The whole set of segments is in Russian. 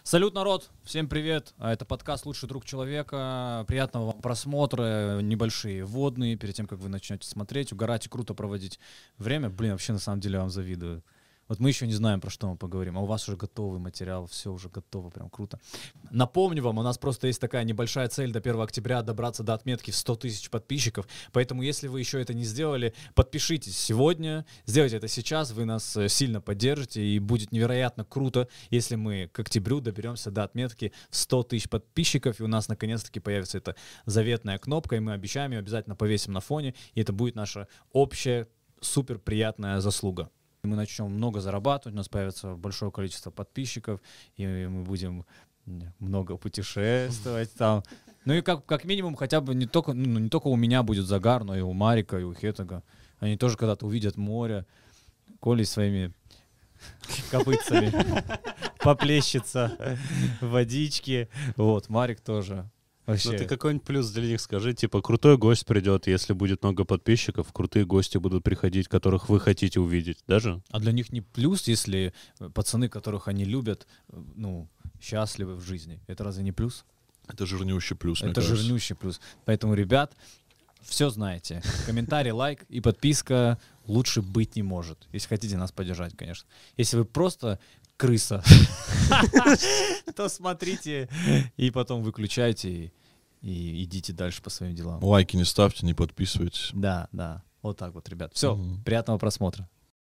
Салют, народ! Всем привет! Это подкаст «Лучший друг человека». Приятного вам просмотра, небольшие вводные, перед тем, как вы начнете смотреть. Угорать и круто проводить время. Блин, вообще на самом деле я вам завидую. Вот мы еще не знаем, про что мы поговорим, а у вас уже готовый материал, все уже готово, прям круто. Напомню вам, у нас просто есть такая небольшая цель до 1 октября добраться до отметки в 100 тысяч подписчиков, поэтому если вы еще это не сделали, подпишитесь сегодня, сделайте это сейчас, вы нас сильно поддержите, и будет невероятно круто, если мы к октябрю доберемся до отметки в 100 тысяч подписчиков, и у нас наконец-таки появится эта заветная кнопка, и мы обещаем ее обязательно повесим на фоне, и это будет наша общая супер приятная заслуга. Мы начнем много зарабатывать, у нас появится большое количество подписчиков, и мы будем много путешествовать там. Ну и как минимум хотя бы не только у меня будет загар, но и у Марика, и у Хетага. Они тоже когда-то увидят море, Коля своими копытцами поплещется в водичке. Вот, Марик тоже. Вообще. Ну ты какой-нибудь плюс для них скажи, типа крутой гость придет, если будет много подписчиков, крутые гости будут приходить, которых вы хотите увидеть, даже? А для них не плюс, если пацаны, которых они любят, счастливы в жизни. Это разве не плюс? Это жирнющий плюс, Это жирнющий плюс. Поэтому, ребят, все знаете. Комментарий, лайк и подписка лучше быть не может. Если хотите нас поддержать, конечно. Если вы просто крыса, то смотрите и потом выключайте и идите дальше по своим делам. Лайки не ставьте, не подписывайтесь. Да. Вот так вот, ребят. Все, приятного просмотра.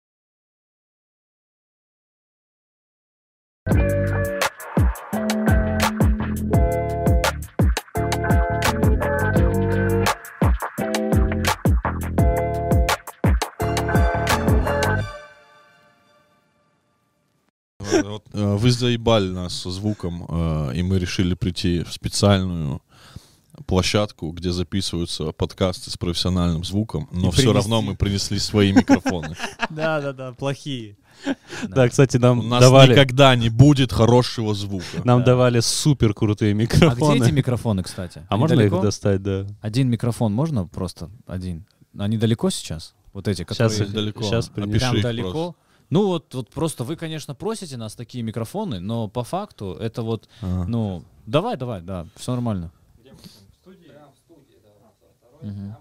Вы заебали нас со звуком, и мы решили прийти в специальную площадку, где записываются подкасты с профессиональным звуком, но все равно мы принесли свои микрофоны. Да, плохие. Да, кстати, У нам нас давали... никогда не будет хорошего звука. Нам давали супер крутые А микрофоны. где эти микрофоны, кстати? А можно их достать, да? Один микрофон можно просто? Один. Они далеко сейчас? Вот эти, которые... Сейчас далеко. Сейчас Опиши прям их далеко. просто. Ну вот просто вы, конечно, просите нас такие микрофоны, но по факту это вот, давай, да, все нормально. Угу.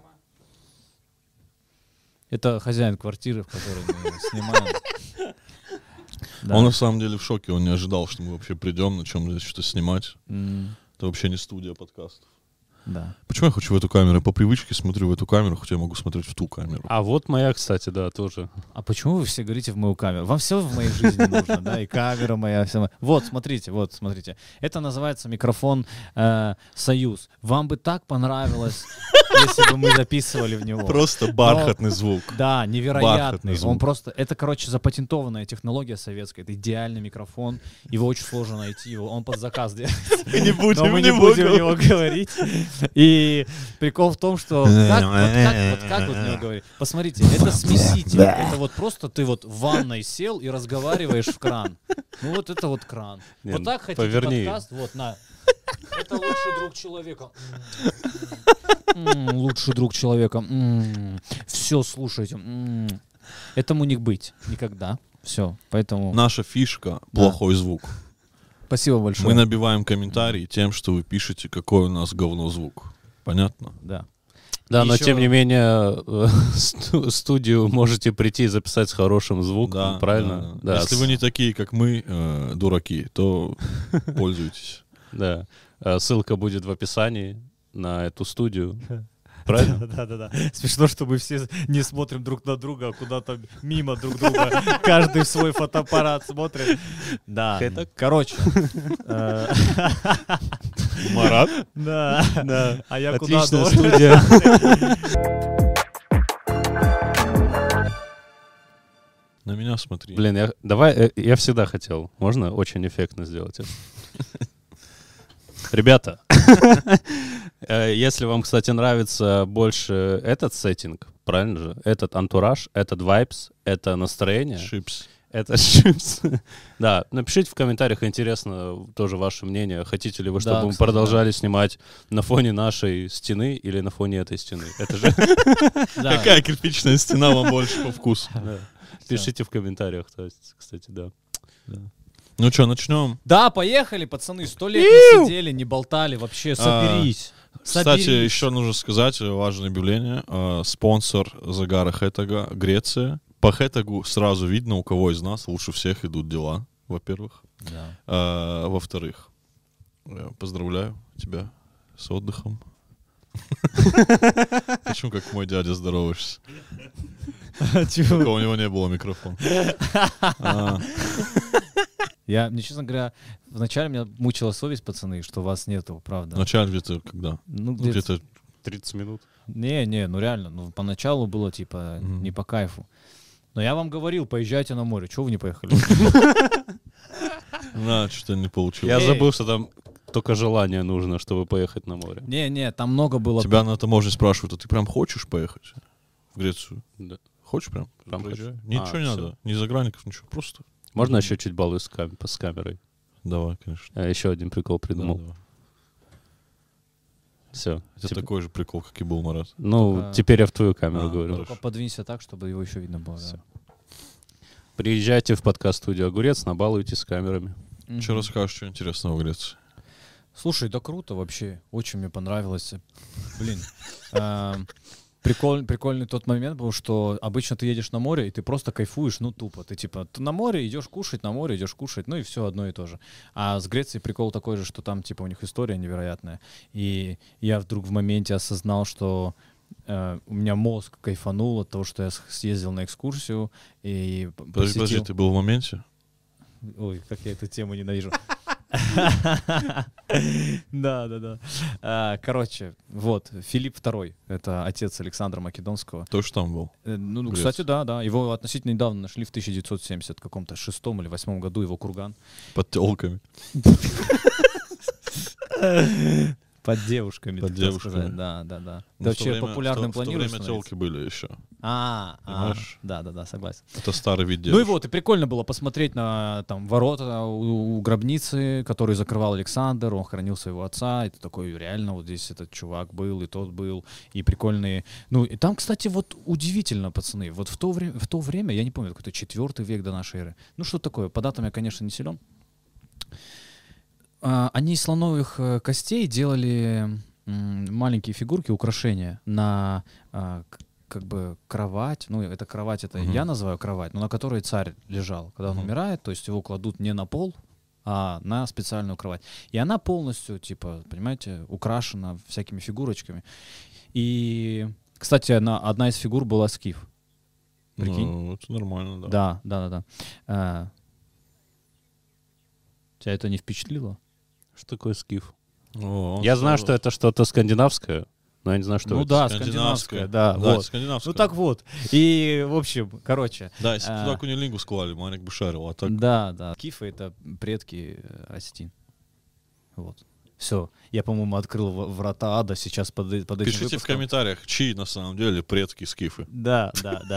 Это хозяин квартиры, в которой мы снимаем. Да. Он на самом деле в шоке, он не ожидал, что мы вообще придем, на чем здесь что-то снимать. Это вообще не студия подкастов. Да. Почему я хочу в эту камеру? По привычке смотрю в эту камеру, хотя я могу смотреть в ту камеру. А вот моя, кстати, да, тоже. А почему вы все говорите в мою камеру? Вам все в моей жизни нужно, да? И камера моя, все моя. Вот, смотрите. Это называется микрофон «Союз». Вам бы так понравилось, если бы мы записывали в него. Просто бархатный звук. Да, невероятный. Бархатный звук. Он просто, это, короче, запатентованная технология советская. Это идеальный микрофон. Его очень сложно найти. Он под заказ делается. Мы не будем, Но мы не будем его говорить. И прикол в том, что как вот в него говорить? Посмотрите, это смеситель. Это вот просто ты вот в ванной сел и разговариваешь в кран. Ну вот это вот кран. Вот так хотите подкаст? Вот, на. Это лучший друг человека. Лучший друг человека. Все слушайте. Этому не быть никогда. Все, поэтому... Наша фишка — плохой звук. Спасибо большое. Мы набиваем комментарии тем, что вы пишете, какой у нас говно звук. Понятно? Да. Да, но Еще- тем не менее студию можете прийти и записать с хорошим звуком, правильно? Да. Если вы не такие, как мы, дураки, то пользуйтесь. Да. Ссылка будет в описании на эту студию. Правильно? Да. Смешно, что мы все не смотрим друг на друга, а куда-то мимо друг друга. Каждый в свой фотоаппарат смотрит. Да. Это- Короче. Марат? Да. А я куда Отличная должен? студия. На меня смотри. Блин, я всегда хотел. Можно очень эффектно сделать это? Ребята, если вам, кстати, нравится больше этот сеттинг, правильно же? Этот антураж, этот вайбс, это настроение. Шипс. Это шипс. Да, напишите в комментариях, интересно тоже ваше мнение. Хотите ли вы, чтобы мы кстати, продолжали снимать на фоне нашей стены или на фоне этой стены? Это же... Да. Какая кирпичная стена вам больше по вкусу? Пишите в комментариях, кстати, да. Ну что, начнем? Да, поехали, пацаны. 100 лет не сидели, не болтали. Вообще, соберись. Кстати, еще нужно сказать важное объявление. Спонсор загара Хэтага — Греция. По Хэтагу сразу видно, у кого из нас лучше всех идут дела, во-первых. Да. Во-вторых, поздравляю тебя с отдыхом. Почему как мой дядя здороваешься? Только у него не было микрофона. Мне, честно говоря, вначале меня мучила совесть, пацаны, что вас нету, правда. Вначале где-то когда? Ну, где-то 30 минут. Не, ну реально, ну поначалу было типа не по кайфу. Но я вам говорил, поезжайте на море, чего вы не поехали? что-то не получилось. Я забыл, что там только желание нужно, чтобы поехать на море. Не, там много было. Тебя на таможне спрашивают, а ты прям хочешь поехать в Грецию? Да. Хочешь прям? Прям Приезжай. хочу. Ничего не всё. надо, ни загранников, ничего, просто. Можно еще чуть балую с камерой? Давай, конечно. Еще один прикол придумал. Да. Все. Это такой же прикол, как и был, Марат. Ну, Только- теперь я в твою камеру говорю. хорошо. Только подвинься так, чтобы его еще видно было. Всё. Да. Приезжайте в подкаст-студию «Огурец», набалуйтесь с камерами. Что расскажешь, что интересного в Греции? Слушай, да круто вообще. Очень мне понравилось. Блин. Прикольный тот момент был, что обычно ты едешь на море, и ты просто кайфуешь, ну тупо. Ты типа на море идешь кушать, на море идешь кушать, ну и все одно и то же. А с Грецией прикол такой же, что там типа у них история невероятная. И я вдруг в моменте осознал, что у меня мозг кайфанул от того, что я съездил на экскурсию и Подожди, ты был в моменте? Ой, как я эту тему ненавижу. Да. Короче, вот, Филипп II, это отец Александра Македонского. Тоже там был? Ну, кстати, да. Его относительно недавно нашли в 1970 каком-то 6-м или 8-м году, его курган. Под телками. Под девушками. Под так сказать. девушками. Да. Ну, Это в то вообще время- популярным в то планируешь время становиться? телки были еще. Понимаешь? Да, согласен. Это старый вид Ну девушек. и вот, и прикольно было посмотреть на там ворота у гробницы, которую закрывал Александр, он хранил своего отца, и ты такой, реально, вот здесь этот чувак был, и тот был, и прикольные. Ну, и там, кстати, вот удивительно, пацаны, вот в то время, я не помню, какой-то 4 век до нашей эры, ну что такое, по датам я, конечно, не силен. Они из слоновых костей делали маленькие фигурки, украшения на как бы кровать, ну это кровать, это я называю кровать, но на которой царь лежал, когда он умирает, то есть его кладут не на пол, а на специальную кровать. И она полностью, типа, понимаете, украшена всякими фигурочками. И, кстати, одна из фигур была скиф. Прикинь? Ну, это нормально, да. Да. Тебя это не впечатлило? Что такое скиф? О, Я знаю, что это что-то скандинавское, но я не знаю, что Ну это. да, скандинавская, да. Да, Вот. скандинавская. Ну так вот. И, в общем, короче. Да, если бы туда кунилингус клали, Марик бы шарил, а так... Да. Скифы — это предки осетин. Вот. Все. Я, по-моему, открыл врата ада сейчас под этим Пишите в выпуском. комментариях, чьи на самом деле предки скифы. Да.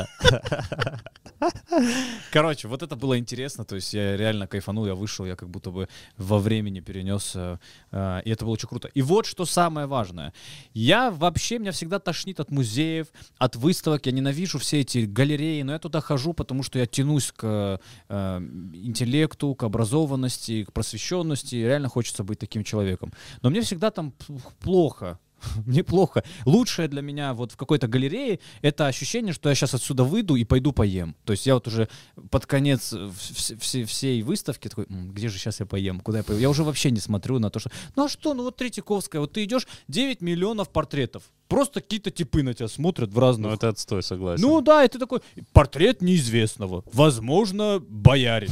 Короче, вот это было интересно, то есть я реально кайфанул, я вышел, я как будто бы во времени перенесся, и это было очень круто. И вот что самое важное. Меня всегда тошнит от музеев, от выставок, я ненавижу все эти галереи, но я туда хожу, потому что я тянусь к интеллекту, к образованности, к просвещенности, и реально хочется быть таким человеком. Но мне всегда там плохо. Мне плохо. Лучшее для меня вот в какой-то галерее — это ощущение, что я сейчас отсюда выйду и пойду поем. То есть я вот уже под конец всей выставки такой, где же сейчас я поем, куда я поем? Я уже вообще не смотрю на то, что... Ну а что, ну вот Третьяковская, вот ты идешь, 9 миллионов портретов. Просто какие-то типы на тебя смотрят в разных... Ну это отстой, согласен. Ну да, и ты такой, портрет неизвестного. Возможно, боярин.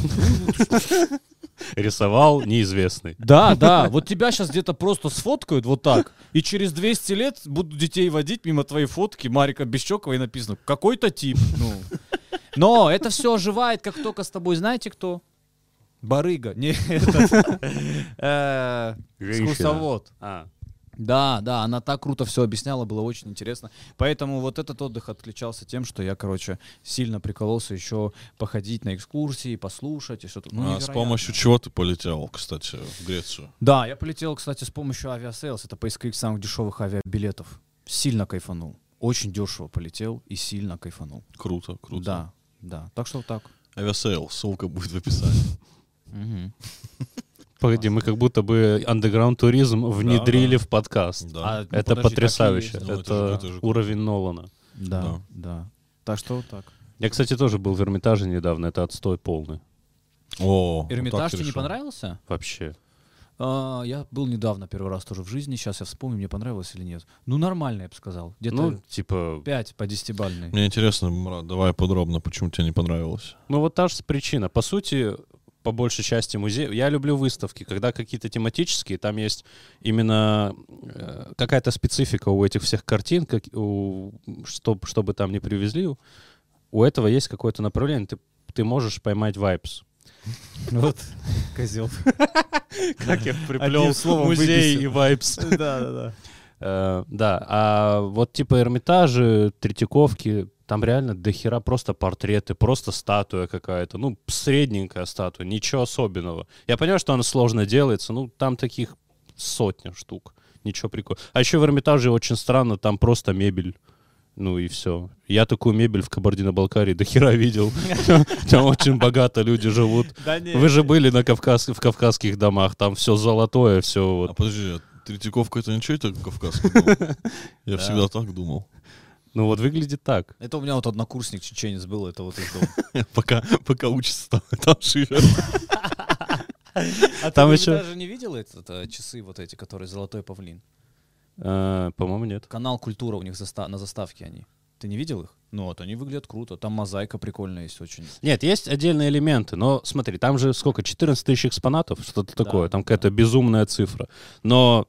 Рисовал неизвестный. Да, вот тебя сейчас где-то просто сфоткают вот так, и через 200 лет будут детей водить мимо твоей фотки Марика Бесчокова, и написано «какой-то тип». Ну. Но это все оживает, как только с тобой, знаете кто? Барыга. Не, экскурсовод. Да, она так круто все объясняла, было очень интересно. Поэтому вот этот отдых отличался тем, что я, сильно прикололся еще походить на экскурсии, послушать и что-то. Ну, с помощью чего ты полетел, кстати, в Грецию? Да, я полетел, кстати, с помощью авиасейлс. Это поисковик самых дешевых авиабилетов. Сильно кайфанул. Очень дешево полетел и сильно кайфанул. Круто. Да. Так что так. Авиасейл, ссылка будет в описании. Мгм. Погоди, мы как будто бы андеграунд-туризм внедрили в подкаст. Да. А, ну, Это подожди, потрясающе. так и есть. Ну, Это это же уровень Нолана. Да, Да. да. Так что вот так. Я, кстати, тоже был в Эрмитаже недавно. Это отстой полный. О, вот Эрмитаж так тебе не решил. понравился? Вообще. Я был недавно первый раз тоже в жизни. Сейчас я вспомню, мне понравилось или нет. Ну, нормально, я бы сказал. Где-то Ну, типа... 5 по 10-бальной. Мне интересно, Марат, давай подробно, почему тебе не понравилось. Ну, вот та же причина. По сути, по большей части музей. Я люблю выставки, когда какие-то тематические, там есть именно какая-то специфика у этих всех картин, что бы там ни привезли, у этого есть какое-то направление. Ты можешь поймать вайбс. Вот, козел. Как я Одним словом музей выбесил. и вайбс. Да. Да, а вот типа Эрмитажи, Третьяковки, там реально дохера просто портреты, просто статуя какая-то, ну, средненькая статуя, ничего особенного. Я понимаю, что она сложно делается, ну, там таких сотня штук, ничего прикольного. А еще в Эрмитаже очень странно, там просто мебель. Ну и все. Я такую мебель в Кабардино-Балкарии дохера видел. Там очень богато люди живут. Вы же были в кавказских домах, там все золотое, все А вот. подожди, Третьяковка это ничего, это кавказский дом? Я всегда так думал. Ну вот выглядит так. Это у меня вот однокурсник чеченец был, это вот из дома. Пока учится, там живет. А Там ты еще- даже не видел часы вот эти, которые «Золотой павлин»? По-моему, нет. Канал «Культура» у них на заставке они. Ты не видел их? Ну вот, они выглядят круто. Там мозаика прикольная есть очень. Нет, есть отдельные элементы, но смотри, там же сколько, 14 тысяч экспонатов, что-то такое, там да. какая-то безумная цифра. Но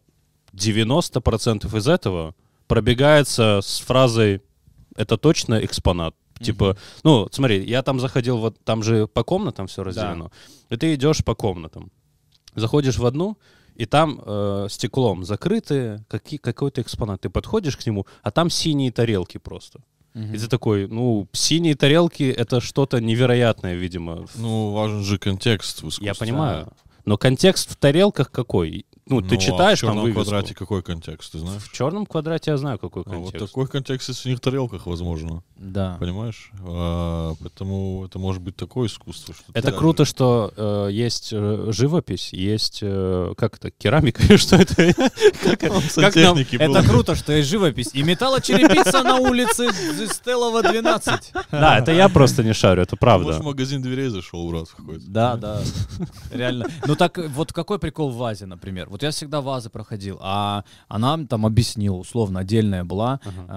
90% из этого пробегается с фразой «это точно экспонат». Типа, ну, смотри, я там заходил, вот там же по комнатам все разделено, и ты идешь по комнатам. Заходишь в одну, и там стеклом закрыты какой-то экспонат. Ты подходишь к нему, а там синие тарелки просто. И ты такой, ну, синие тарелки — это что-то невероятное, видимо. Ну, важен же контекст в искусстве. Я понимаю. Но контекст в тарелках какой? Ну, ты читаешь а в там черном вывеску. квадрате какой контекст, ты знаешь? В черном квадрате я знаю, какой А вот контекст. такой контекст и в синих тарелках, возможно. Да. Понимаешь? Поэтому это может быть такое искусство. Что Это ты круто, что есть живопись, есть как это, керамика, или что это? Как нам- сантехники был. Это круто, что есть живопись. И металлочерепица на улице Стеллова 12. Да, это я просто не шарю, это Может, правда. в магазин дверей зашел, брат, какой-то. Да. Реально. Ну так вот какой прикол в вазе, например? Вот я всегда вазы проходил, а она там объяснила, условно, отдельная была,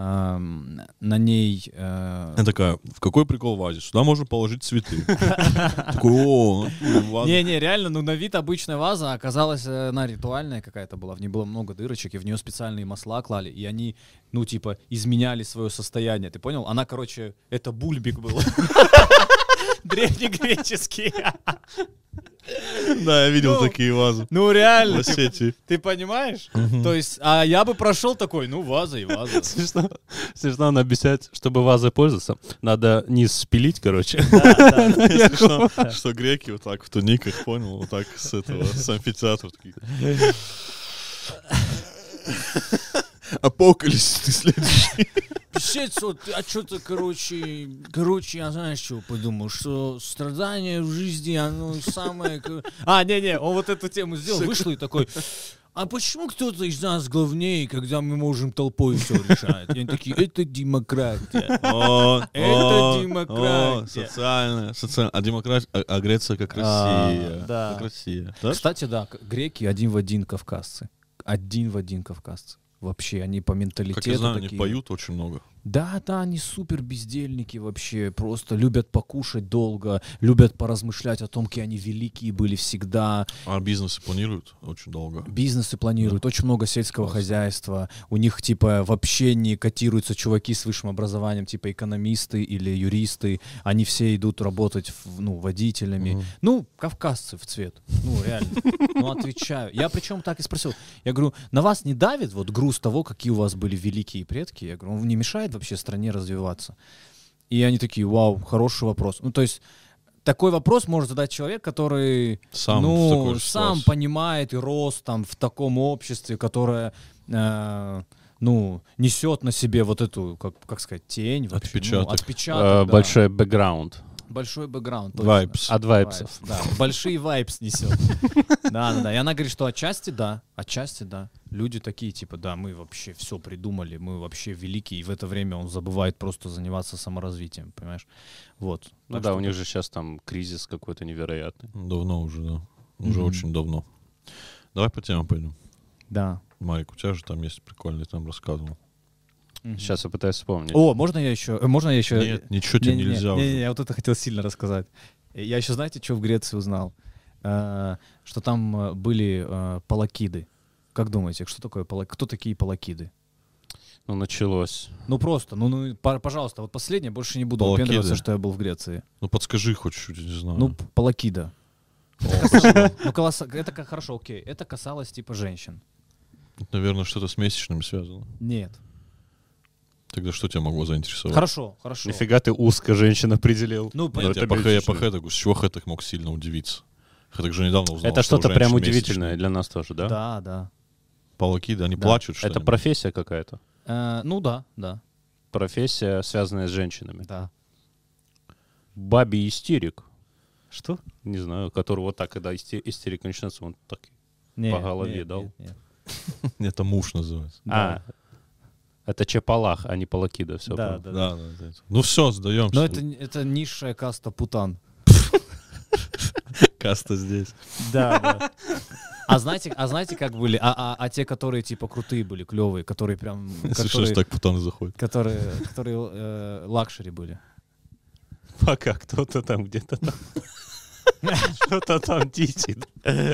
на ней... Она такая, в какой прикол в вазе? Сюда можно положить цветы. Такой, о, ваза. Не, реально, ну на вид обычная ваза, а оказалась она ритуальная какая-то была, в ней было много дырочек, и в нее специальные масла клали, и они, ну типа, изменяли свое состояние, ты понял? Она, короче, это бульбик был. Древнегреческий. Да, я видел Ну, такие вазы. Ну В реально, Осетии. ты понимаешь? То есть, а я бы прошел такой, ну ваза и ваза. Смешно она объясняет, чтобы вазой пользоваться, надо низ спилить, короче. Смешно, что греки вот так в туниках, понял, вот так с этого, с амфитеатра. Такие. Апокалипсис, ты следующий. Писец, вот, а что-то, короче, я знаешь, что подумал, что страдание в жизни, оно самое... Не, он вот эту тему сделал, вышел и такой, а почему кто-то из нас главнее, когда мы можем толпой все решать? И они такие, это демократия. Это демократия. Социальная. А демократия, а Греция как Россия. да. Как Россия. Да? Кстати, да, греки один в один кавказцы. Один в один кавказцы. Вообще, они по менталитету Как я знаю, такие. они поют очень много. Да, они супер бездельники вообще, просто любят покушать долго, любят поразмышлять о том, какие они великие были всегда. А бизнесы планируют очень долго. Бизнесы планируют, очень много сельского Классно. хозяйства. У них, типа, вообще не котируются чуваки с высшим образованием, типа экономисты или юристы. Они все идут работать, водителями. Ну, кавказцы в цвет. Ну, реально. Ну, отвечаю. Я причем так и спросил. Я говорю, на вас не давит вот груз того, какие у вас были великие предки? Я говорю, он не мешает вообще стране развиваться? И они такие, вау, хороший вопрос. Ну, то есть, такой вопрос может задать человек, который Сам в такой сам ситуации. понимает и рос там в таком обществе, которое несет на себе вот эту, как сказать, тень вообще. Отпечаток. Отпечаток, да. Большой бэкграунд. Большой бэкграунд. точно. Вайпс. От вайпсов. Да, большие вайпс несет. Да. И она говорит, что отчасти да. Люди такие, типа, да, мы вообще все придумали, мы вообще великие. И в это время он забывает просто заниматься саморазвитием, понимаешь? Вот. Ну да, у них же сейчас там кризис какой-то невероятный. Давно уже, да. Уже очень давно. Давай по темам пойдем. Да. Марик, у тебя же там есть прикольный, там рассказывал. Сейчас я пытаюсь вспомнить. О, можно я еще? Нет, ничего тебе нельзя уже. Не, я вот это хотел сильно рассказать. Я еще, знаете, что в Греции узнал? Что там были палакиды. Как думаете, что такое кто такие палакиды? Ну, началось. Ну просто, пожалуйста, вот последнее, больше не буду Палакиды. выпендриваться, что я был в Греции. Ну подскажи хоть чуть-чуть, не знаю. Ну, палакида. Это как хорошо, окей. Это касалось типа женщин. Это, наверное, что-то с месячными связано. Нет. Тогда что тебя могло заинтересовать? Хорошо. Нифига ты узко женщин определил. Ну, Нет, это я по месячные. хэтагу, с чего хэтаг мог сильно удивиться? Хэтаг же недавно узнал, Это что что-то у прям женщин удивительное месячные. для нас тоже, да? Да. Палакиды, они Да. плачут, что ли? Это профессия какая-то? Ну да. Профессия, связанная с женщинами. Да. Бабий истерик. Что? Не знаю, который вот так, когда истерика начинается, он так по голове дал. Нет. Это муж называется. А, это чепалах, а не палакида. Все Да. Да. Ну все, сдаемся. Но это низшая каста путан. Каста здесь. Да. А знаете, как были? А те, которые типа крутые были, клевые, которые прям... Если что, так путаны заходят. Которые лакшери были. Пока кто-то там где-то там. Что-то там дичит.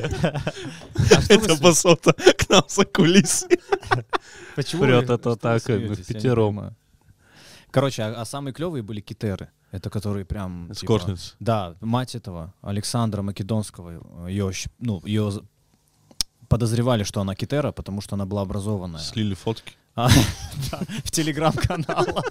Это басота к нам за кулисы. Почему? Прет вы- это что вы так, смеетесь? Я не впятером. понимаю. Короче, а самые клевые были китеры. Это которые прям... типа, Эскортницы. Да, мать этого, Александра Македонского, ее подозревали, что она китера, потому что она была образованная. Слили фотки. Да, в телеграм-каналах.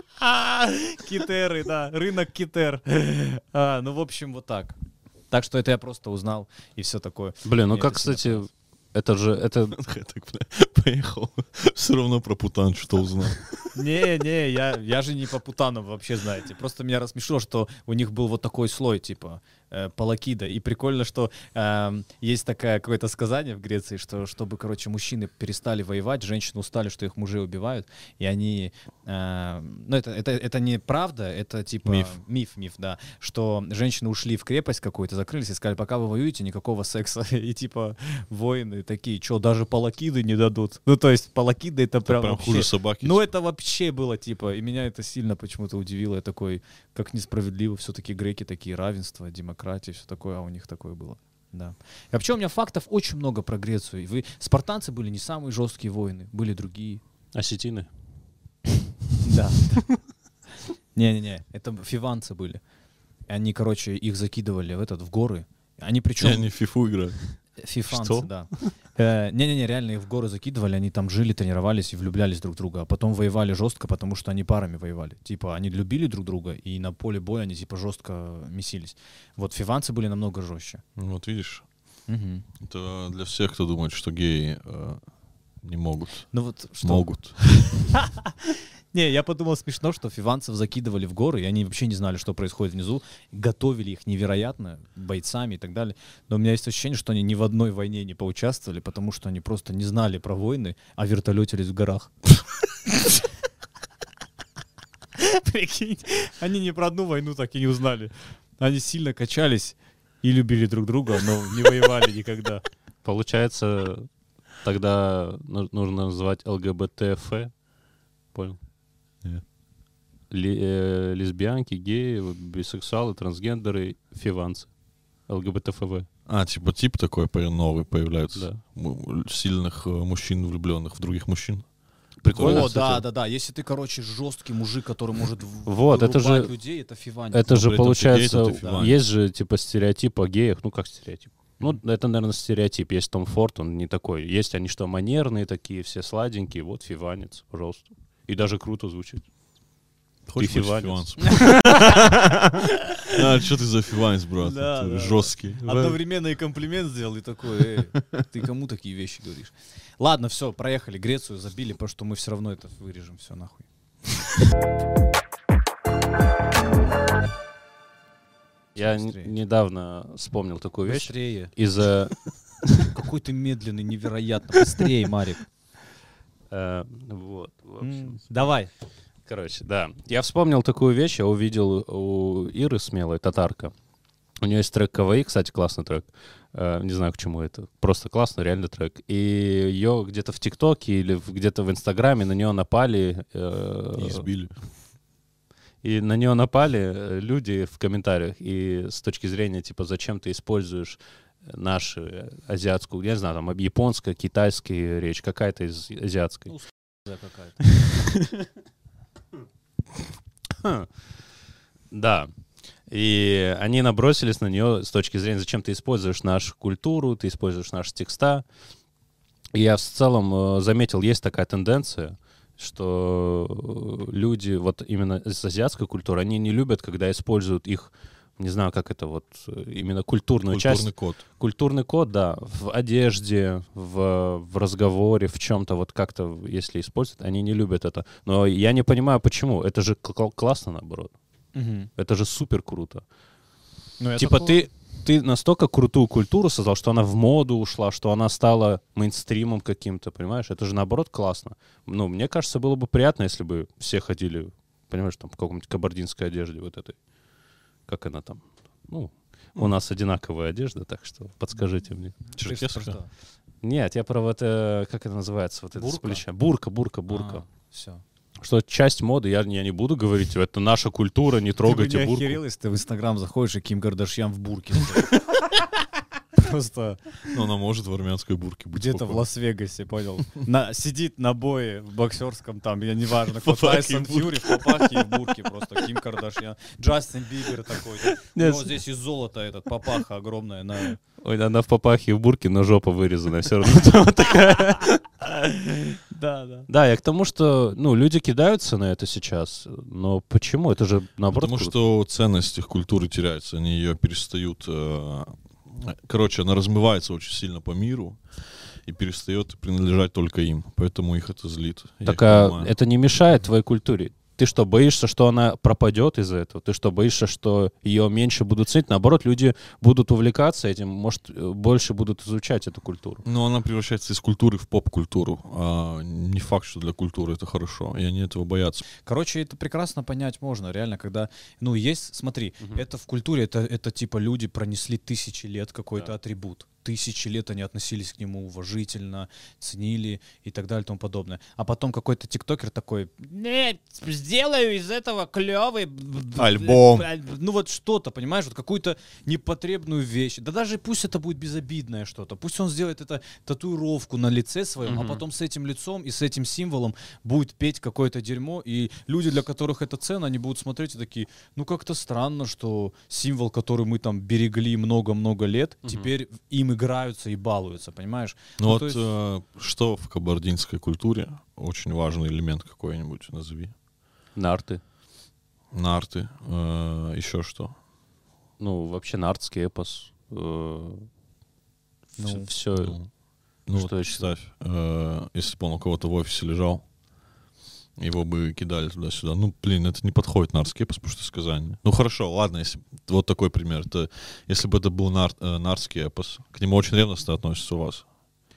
Китеры, да, рынок китер. Ну, в общем, вот так. Так что это я просто узнал, и все такое. Блин, ну Мне как, это сильно кстати, понравилось. это Так, поехал. Все равно про путан что узнал. Не, я же не по путанам вообще, знаете. Просто меня рассмешило, что у них был вот такой слой, типа, палакида. И прикольно, что есть такое какое-то сказание в Греции, что чтобы, короче, мужчины перестали воевать, женщины устали, что их мужей убивают, и они... Ну, это не правда, это типа... Миф, да. Что женщины ушли в крепость какую-то, закрылись и сказали, пока вы воюете, никакого секса. И типа воины такие, что, даже палакиды не дадут? Ну, то есть палакиды это прям Прям вообще... хуже собаки. Ну, это вообще было, типа, и меня это сильно почему-то удивило. Я такой, как несправедливо, все-таки греки такие, равенство, демократия, все такое, а у них такое было. Да. И вообще у меня фактов очень много про Грецию. И спартанцы были не самые жесткие воины, были другие. осетины. Да. Не-не-не, это фиванцы были. И они, короче, их закидывали в горы. Они причем... Они в фифу играют. Фифанцы, Что? да. Не-не-не, реально их в горы закидывали, они там жили, тренировались и влюблялись друг в друга, а потом воевали жестко, потому что они парами воевали. Типа, они любили друг друга, и на поле боя они, типа, жестко месились. Вот фиванцы были намного жестче. Ну, вот видишь, Мгм. это для всех, кто думает, что геи не могут. Ну вот что? Могут. Не, я подумал смешно, что фиванцев закидывали в горы, и они вообще не знали, что происходит внизу, готовили их невероятно бойцами и так далее. Но у меня есть ощущение, что они ни в одной войне не поучаствовали, потому что они просто не знали про войны, а вертолетились в горах. Прикинь, они ни про одну войну так и не узнали. Они сильно качались и любили друг друга, но не воевали никогда. Получается, тогда нужно называть ЛГБТФ. Понял? Нет. Лесбиянки, геи, вот, бисексуалы, трансгендеры, фиванцы. ЛГБТФВ. Типа тип такой новый появляется. Да. Сильных мужчин, влюбленных в других мужчин. Прикольно, О, кстати. да. Если ты, короче, жесткий мужик, который может Вот, это же- вырубать людей, это фиванец. Это же при этом ты получается, гей, то ты фиванец. есть же типа стереотип о геях, ну как стереотип? Ну, это, наверное, стереотип. Есть Том Форд, он не такой. Есть они что, манерные такие, все сладенькие. Вот фиванец, пожалуйста. И даже круто звучит. Хочешь быть фиванец? фиванцем? Что ты за фиванец, брат? Да, Ты да. жесткий. Одновременно и комплимент сделал, и такой, ты кому такие вещи говоришь? Ладно, все, проехали Грецию, забили, потому что мы все равно это вырежем, все нахуй. Я Быстрее. недавно вспомнил такую вещь. Быстрее. Из-за... Какой ты медленный, невероятно. Быстрее, Марик. Вот, в общем. Давай. Короче, да. Я вспомнил такую вещь, я увидел у Иры Смелой, татарка. У нее есть трек КВИ, кстати, классный трек. Не знаю, к чему это. Просто классный, реально трек. И ее где-то в ТикТоке или где-то в Инстаграме на нее напали... И избили. И на нее напали люди в комментариях. И с точки зрения, типа, зачем ты используешь нашу азиатскую, я не знаю, там, японская, китайская речь, какая-то из азиатской. Ну, какая-то. Да. И они набросились на нее с точки зрения, зачем ты используешь нашу культуру, ты используешь наши текста. И я в целом заметил, есть такая тенденция, что люди вот именно из азиатской культуры, они не любят, когда используют их, не знаю, как это вот, именно культурную часть. Культурный код. Культурный код, да, в одежде, в разговоре, в чем-то, вот как-то, если используют, они не любят это. Но я не понимаю, почему. Это же классно, наоборот. Это же супер круто. Типа ты настолько крутую культуру создал, что она в моду ушла, что она стала мейнстримом каким-то, понимаешь? Это же наоборот классно. Ну, мне кажется, было бы приятно, если бы все ходили, понимаешь, там, в каком-нибудь кабардинской одежде вот этой. Как она там? Ну, у нас одинаковая одежда, так что подскажите мне. Черкесская? Нет, я про вот, как это называется? Вот это с плеча. Бурка. Все. Что часть моды, я не буду говорить, это наша культура, не трогайте бурку. Ты бы не охерел, если ты в Инстаграм заходишь, и Ким Кардашьян в бурке. Просто Ну, она может в армянской бурке быть. где-то в спокойно. Лас-Вегасе, понял? Сидит на бое в боксерском там, я не важно, кто Папахе и Тайсон в бурке. Фьюри в папахе и в бурке просто. Ким Кардашьян. Джастин Бибер такой. У него здесь из золота этот папаха огромная. Ой, она в папахе и в бурке, но жопа вырезанная все равно там такая. Да. Да, я к тому, что, ну, люди кидаются на это сейчас, но почему? Это же наоборот Потому круто. что ценность их культуры теряется, они ее перестают... Короче, она размывается очень сильно по миру и перестает принадлежать только им. Поэтому их это злит. Я Так их понимаю. это не мешает твоей культуре. Ты что, боишься, что она пропадет из-за этого? Ты что, боишься, что ее меньше будут ценить? Наоборот, люди будут увлекаться этим, может, больше будут изучать эту культуру. Но она превращается из культуры в поп-культуру. А не факт, что для культуры это хорошо. И они этого боятся. Короче, это прекрасно понять можно, реально, когда, ну, есть, смотри, это в культуре, это типа люди пронесли тысячи лет какой-то атрибут. Тысячи лет они относились к нему уважительно, ценили и так далее и тому подобное. А потом какой-то тиктокер такой: нет, сделаю из этого клевый Альбом. Ну вот что-то, понимаешь, вот какую-то непотребную вещь. Да даже пусть это будет безобидное что-то. Пусть он сделает это татуировку на лице своем, а потом с этим лицом и с этим символом будет петь какое-то дерьмо. И люди, для которых это ценно, они будут смотреть и такие: ну как-то странно, что символ, который мы там берегли много-много лет, теперь им играются и балуются, понимаешь? Ну вот то есть- что в кабардинской культуре очень важный элемент какой-нибудь, назови. Нарты. Нарты, еще что? Ну, вообще нартский эпос. Все. Ну Что вот еще? представь, если бы он у кого-то в офисе лежал, его бы кидали туда-сюда. Ну, блин, это не подходит нартский эпос, потому что из Казани. Ну, хорошо, ладно, если вот такой пример. Это, если бы это был нартский эпос, к нему очень ревностно относятся у вас.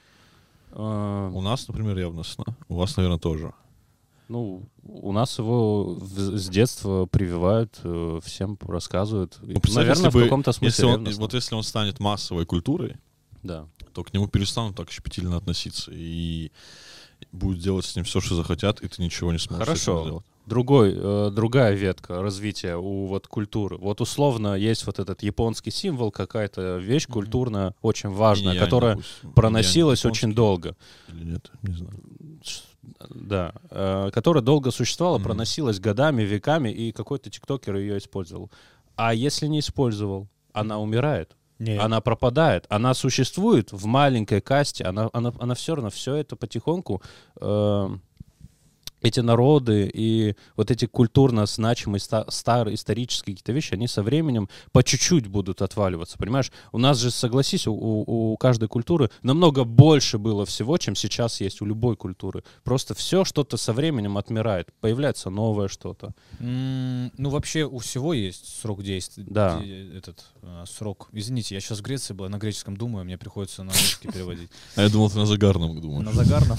У нас, например, ревностно. У вас, наверное, тоже. Ну, у нас его с детства прививают, всем рассказывают. Ну, представь, Наверное, если в бы- каком-то смысле если он, ревностно. вот если он станет массовой культурой, Да. то к нему перестанут так щепетильно относиться и будут делать с ним все, что захотят, и ты ничего не сможешь с этим Хорошо. сделать. Другая ветка развития у вот культуры. Вот условно есть вот этот японский символ, какая-то вещь культурная очень важная, Инь-янь, которая допустим. проносилась Инь-янь очень японский долго. Или нет, не знаю. Да. Которая долго существовала, Мгм. проносилась годами, веками, и какой-то тиктокер ее использовал. А если не использовал, она умирает. Нет. Она пропадает, она существует в маленькой касте, она все равно, все это потихоньку эти народы и вот эти культурно значимые старые исторические какие-то вещи, они со временем по чуть-чуть будут отваливаться, понимаешь? У нас же, согласись, у каждой культуры намного больше было всего, чем сейчас есть у любой культуры. Просто все что-то со временем отмирает, появляется новое что-то. Ну, вообще у всего есть срок действия. Да. Срок. Извините, я сейчас в Греции был, на греческом думаю, мне приходится на русский переводить. А я думал, ты на Загарном думаешь. На Загарном?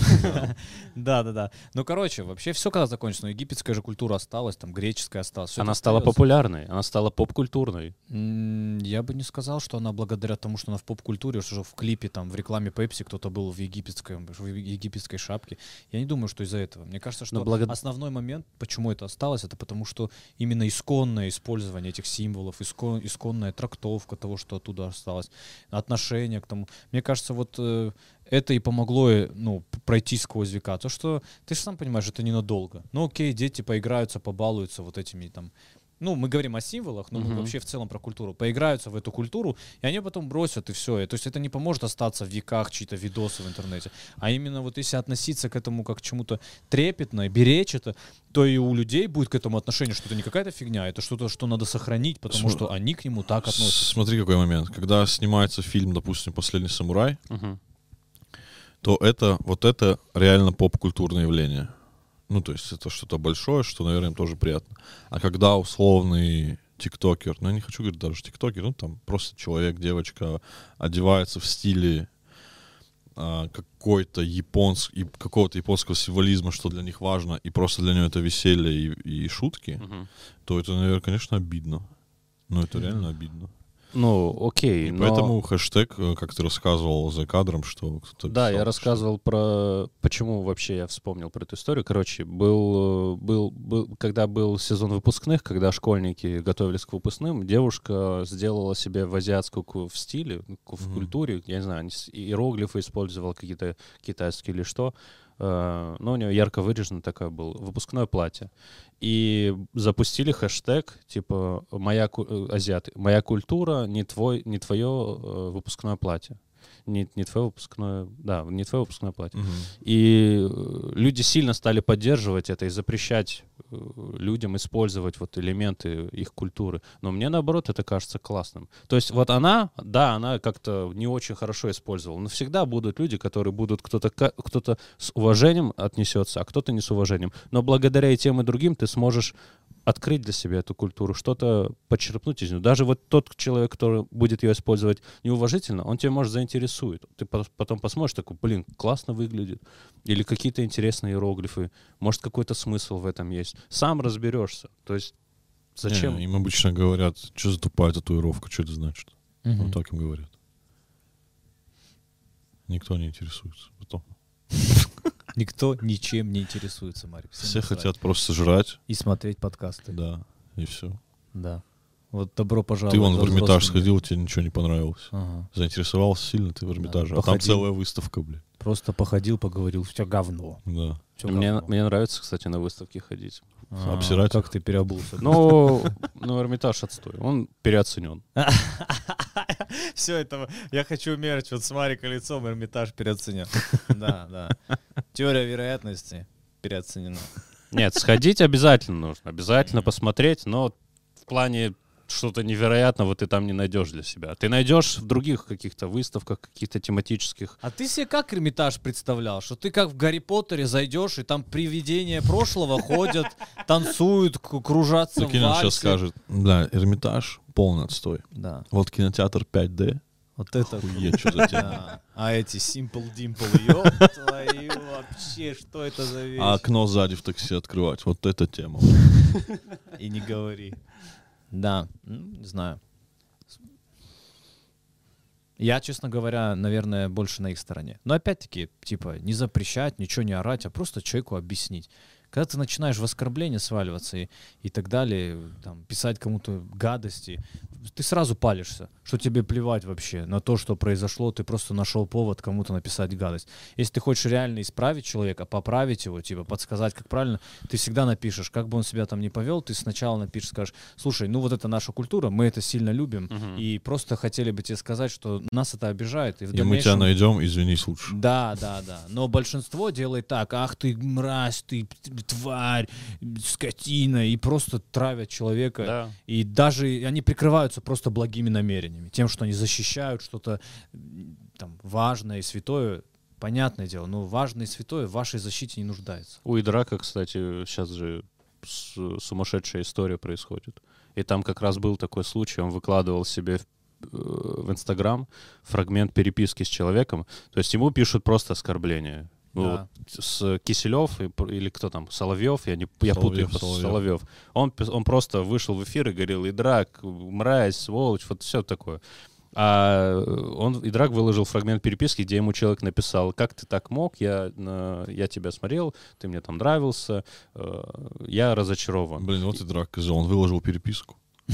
Да. Ну, короче, вообще все когда закончится, но египетская же культура осталась, там греческая осталась. Она стала популярной, она стала поп-культурной. Я бы не сказал, что она благодаря тому, что она в поп-культуре, что в клипе, там, в рекламе Пепси кто-то был в египетской шапке. Я не думаю, что из-за этого. Мне кажется, что основной момент, почему это осталось, это потому, что именно исконное использование этих символов, исконная трактовка того, что оттуда осталось, отношение к тому. Мне кажется, вот это и помогло, ну, пройти сквозь века. То, что, ты же сам понимаешь, это ненадолго. Ну, окей, дети поиграются, побалуются вот этими там. Ну, мы говорим о символах, но мы вообще в целом про культуру. Поиграются в эту культуру, и они потом бросят, и все. То есть это не поможет остаться в веках чьи-то видосы в интернете. А именно вот если относиться к этому как к чему-то трепетно, беречь это, то и у людей будет к этому отношение, что это не какая-то фигня, это что-то, что надо сохранить, потому что они к нему так относятся. Смотри, какой момент. Когда снимается фильм, допустим, «Последний самурай», то это реально поп-культурное явление. Ну, то есть это что-то большое, что, наверное, им тоже приятно. А когда условный тиктокер, ну, я не хочу говорить даже тиктокер, ну, там просто человек, девочка одевается в стиле какого-то японского символизма, что для них важно, и просто для нее это веселье и шутки, то это, наверное, конечно, обидно. Ну, это реально обидно. Ну, окей. И поэтому хэштег, как ты рассказывал за кадром, что кто-то... Да, я рассказывал про... Почему вообще я вспомнил про эту историю. Короче, когда был сезон выпускных, когда школьники готовились к выпускным, девушка сделала себе в азиатскую в стиле, в культуре, я не знаю, иероглифы использовала какие-то китайские или что, но у нее ярко выражено такое было выпускное платье. И запустили хэштег, типа, моя культура, не твое выпускное платье. Не твое выпускное платье. И люди сильно стали поддерживать это и запрещать людям использовать вот элементы их культуры. Но мне, наоборот, это кажется классным. То есть вот она как-то не очень хорошо использовала. Но всегда будут люди, которые будут... Кто-то с уважением отнесется, а кто-то не с уважением. Но благодаря и тем, и другим ты сможешь открыть для себя эту культуру, что-то почерпнуть из нее. Даже вот тот человек, который будет ее использовать неуважительно, он тебя, может, заинтересует. Ты потом посмотришь, такой, блин, классно выглядит. Или какие-то интересные иероглифы. Может, какой-то смысл в этом есть. Сам разберешься. То есть зачем? Им обычно говорят, что за тупая татуировка, что это значит. Вот так им говорят. Никто не интересуется. Потом. Никто ничем не интересуется, Марик. Все хотят просто жрать. И смотреть подкасты. Да, и все. Да. Вот добро пожаловать. Ты вон в Эрмитаж сходил, тебе ничего не понравилось. Заинтересовался сильно ты в Эрмитаже. А там целая выставка, блин. Просто походил, поговорил, все говно. Да. Мне нравится, кстати, на выставке ходить. Обсирать. Как ты переобулся? Ну, Эрмитаж отстой. Он переоценен. Все это... Я хочу мерч вот с Марика лицом, Эрмитаж переоценен. Да. Теория вероятности переоценена. Нет, сходить обязательно нужно. Обязательно посмотреть, но в плане что-то невероятного ты там не найдешь для себя. Ты найдешь в других каких-то выставках, каких-то тематических. А ты себе как Эрмитаж представлял? Что ты как в Гарри Поттере зайдешь, и там привидения прошлого ходят, танцуют, кружатся в вальсе. Так сейчас скажет, да, Эрмитаж полный отстой. Да. Вот кинотеатр 5D. Вот это... Охуеть, что за тема. А эти Simple Dimple, ёб твою, вообще, что это за вещь? А окно сзади в такси открывать, вот эта тема. И не говори. Да, не знаю. Я, честно говоря, наверное, больше на их стороне. Но опять-таки, типа, не запрещать, ничего не орать, а просто человеку объяснить. Когда ты начинаешь в оскорбление сваливаться и так далее, там, писать кому-то гадости, ты сразу палишься, что тебе плевать вообще на то, что произошло, ты просто нашел повод кому-то написать гадость. Если ты хочешь реально исправить человека, поправить его, типа, подсказать, как правильно, ты всегда напишешь, как бы он себя там не повел, ты сначала напишешь, скажешь, слушай, ну вот это наша культура, мы это сильно любим, и просто хотели бы тебе сказать, что нас это обижает. И мы тебя найдем, извинись лучше. Да. Но большинство делает так, ах ты мразь, ты тварь, скотина, и просто травят человека. Да. И даже они прикрываются просто благими намерениями, тем, что они защищают что-то там важное и святое. Понятное дело, но важное и святое в вашей защите не нуждается. У Идрака, кстати, сейчас же сумасшедшая история происходит. И там как раз был такой случай, он выкладывал себе в Инстаграм фрагмент переписки с человеком, то есть ему пишут просто оскорбления. Да. Вот, с Киселев или кто там, Соловьев, я путаю, Соловьев. Он просто вышел в эфир и говорил: Идрак, мразь, сволочь, вот все такое. А Идрак выложил фрагмент переписки, где ему человек написал: как ты так мог, я тебя смотрел, ты мне там нравился, я разочарован. Блин, вот Идрак, он выложил переписку.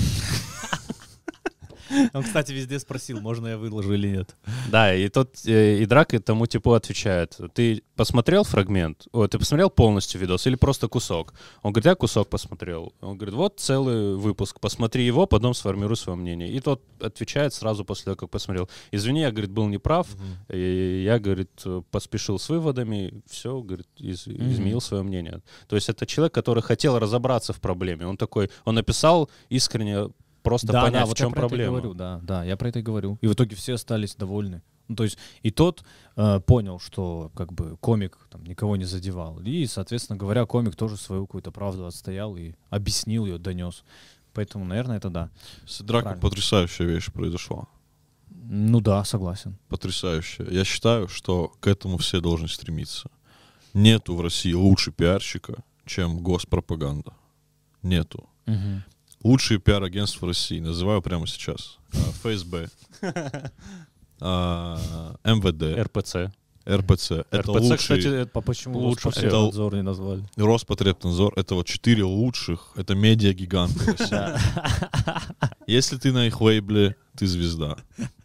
Он, кстати, везде спросил, можно я выложу или нет. Да, и тот Идрак этому типу отвечает: ты посмотрел фрагмент? Ты посмотрел полностью видос или просто кусок? Он говорит: я кусок посмотрел. Он говорит: вот целый выпуск, посмотри его, потом сформируй свое мнение. И тот отвечает сразу после того, как посмотрел: извини, я, говорит, был неправ, и я, говорит, поспешил с выводами, все, говорит, изменил свое мнение. То есть это человек, который хотел разобраться в проблеме. Он такой, он написал искренне, просто понять, в чем проблема. Да, я про это и говорю. И в итоге все остались довольны. Ну, то есть и тот понял, что как бы комик там никого не задевал. И, соответственно говоря, комик тоже свою какую-то правду отстоял и объяснил ее, донес. Поэтому, наверное, это да. С Идраком потрясающая вещь произошла. Ну да, согласен. Потрясающая. Я считаю, что к этому все должны стремиться. Нету в России лучше пиарщика, чем госпропаганда. Нету. Угу. Лучшие пиар-агентства России, называю прямо сейчас. ФСБ, МВД, РПЦ. Это РПЦ, лучшие. кстати, почему лучше Роспотребнадзор не назвали? Роспотребнадзор — это вот 4 лучших, это медиа-гиганты России. Если ты на их лейбле, ты звезда.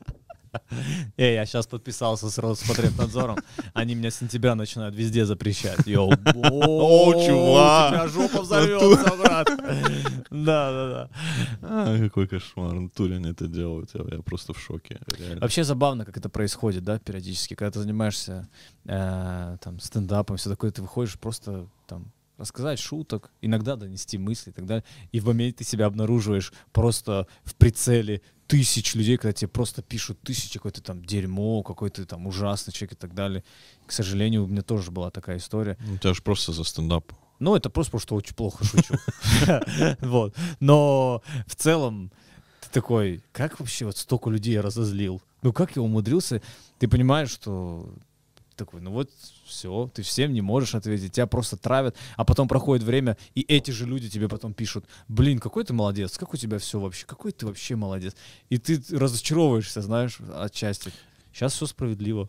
Я сейчас подписался с Роспотребнадзором. Они меня с сентября начинают везде запрещать. Йоу, чувак! У тебя жопа взорвется, брат. Да. Какой кошмар. В натуре они это делают. Я просто в шоке. Реально. Вообще забавно, как это происходит, да, периодически. Когда ты занимаешься там стендапом, все такое, ты выходишь просто там рассказать шуток, иногда донести мысли, тогда и в моменте ты себя обнаруживаешь просто в прицеле тысяч людей, когда тебе просто пишут тысячи, какое-то там дерьмо, какой-то там ужасный человек и так далее. К сожалению, у меня тоже была такая история. У тебя же просто за стендап. Ну, это просто потому, что очень плохо шучу. Вот. Но в целом ты такой, как вообще вот столько людей я разозлил? Ну, как я умудрился? Ты понимаешь, что такой, ну вот все, ты всем не можешь ответить, тебя просто травят, а потом проходит время, и эти же люди тебе потом пишут: блин, какой ты молодец, как у тебя все вообще, какой ты вообще молодец. И ты разочаровываешься, знаешь, отчасти. Сейчас все справедливо.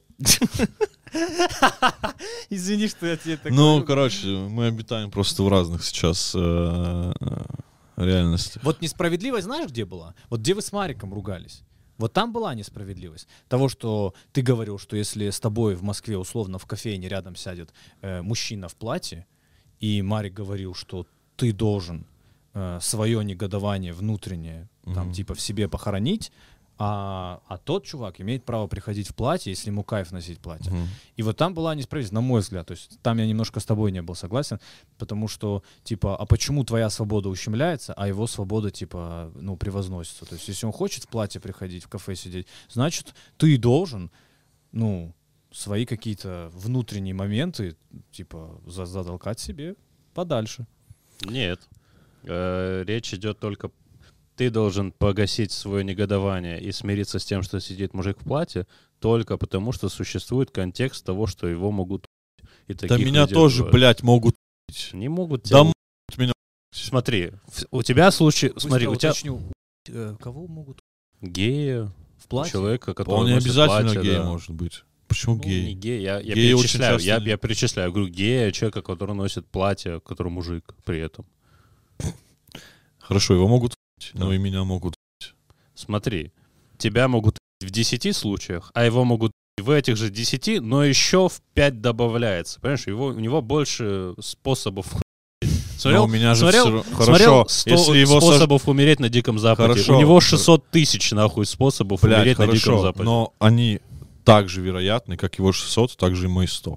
Извини, что я тебе так Ну, короче, мы обитаем просто в разных сейчас реальностях. Вот несправедливость знаешь, где была? Вот где вы с Мариком ругались? Вот там была несправедливость. Того, что ты говорил, что если с тобой в Москве условно в кофейне рядом сядет мужчина в платье, и Марик говорил, что ты должен свое негодование внутреннее там типа в себе похоронить, а тот чувак имеет право приходить в платье, если ему кайф носить платье. И вот там была несправедливость, на мой взгляд. То есть там я немножко с тобой не был согласен, потому что, типа, а почему твоя свобода ущемляется, а его свобода, типа, ну, превозносится? То есть если он хочет в платье приходить, в кафе сидеть, значит, ты должен, ну, свои какие-то внутренние моменты, типа, затолкать себе подальше. Нет. Речь идет только... Ты должен погасить свое негодование и смириться с тем, что сидит мужик в платье, только потому, что существует контекст того, что его могут... И да меня тоже, блядь, могут... Не могут тебя... Да меня... Смотри, у тебя случай... Пусть смотри, у тебя... Уточню, кого могут? Гея. В платье? Человека, который Он не обязательно платье, гей, да. может быть. Почему гей? Не гей, я гей перечисляю, очень часто... я перечисляю. Я говорю, гея, человека, который носит платье, который мужик при этом. Хорошо, его могут... Да. Но и меня могут... Смотри, тебя могут в 10 случаях, а его могут в этих же 10, но еще в 5 добавляется. Понимаешь, у него больше способов. Смотрел, у меня же смотрел, хорошо, если его способов умереть на Диком Западе. Хорошо. У него 600 тысяч, нахуй, способов, блядь, умереть хорошо, на Диком Западе. Но они так же вероятны, как его 600, так же и мои 100.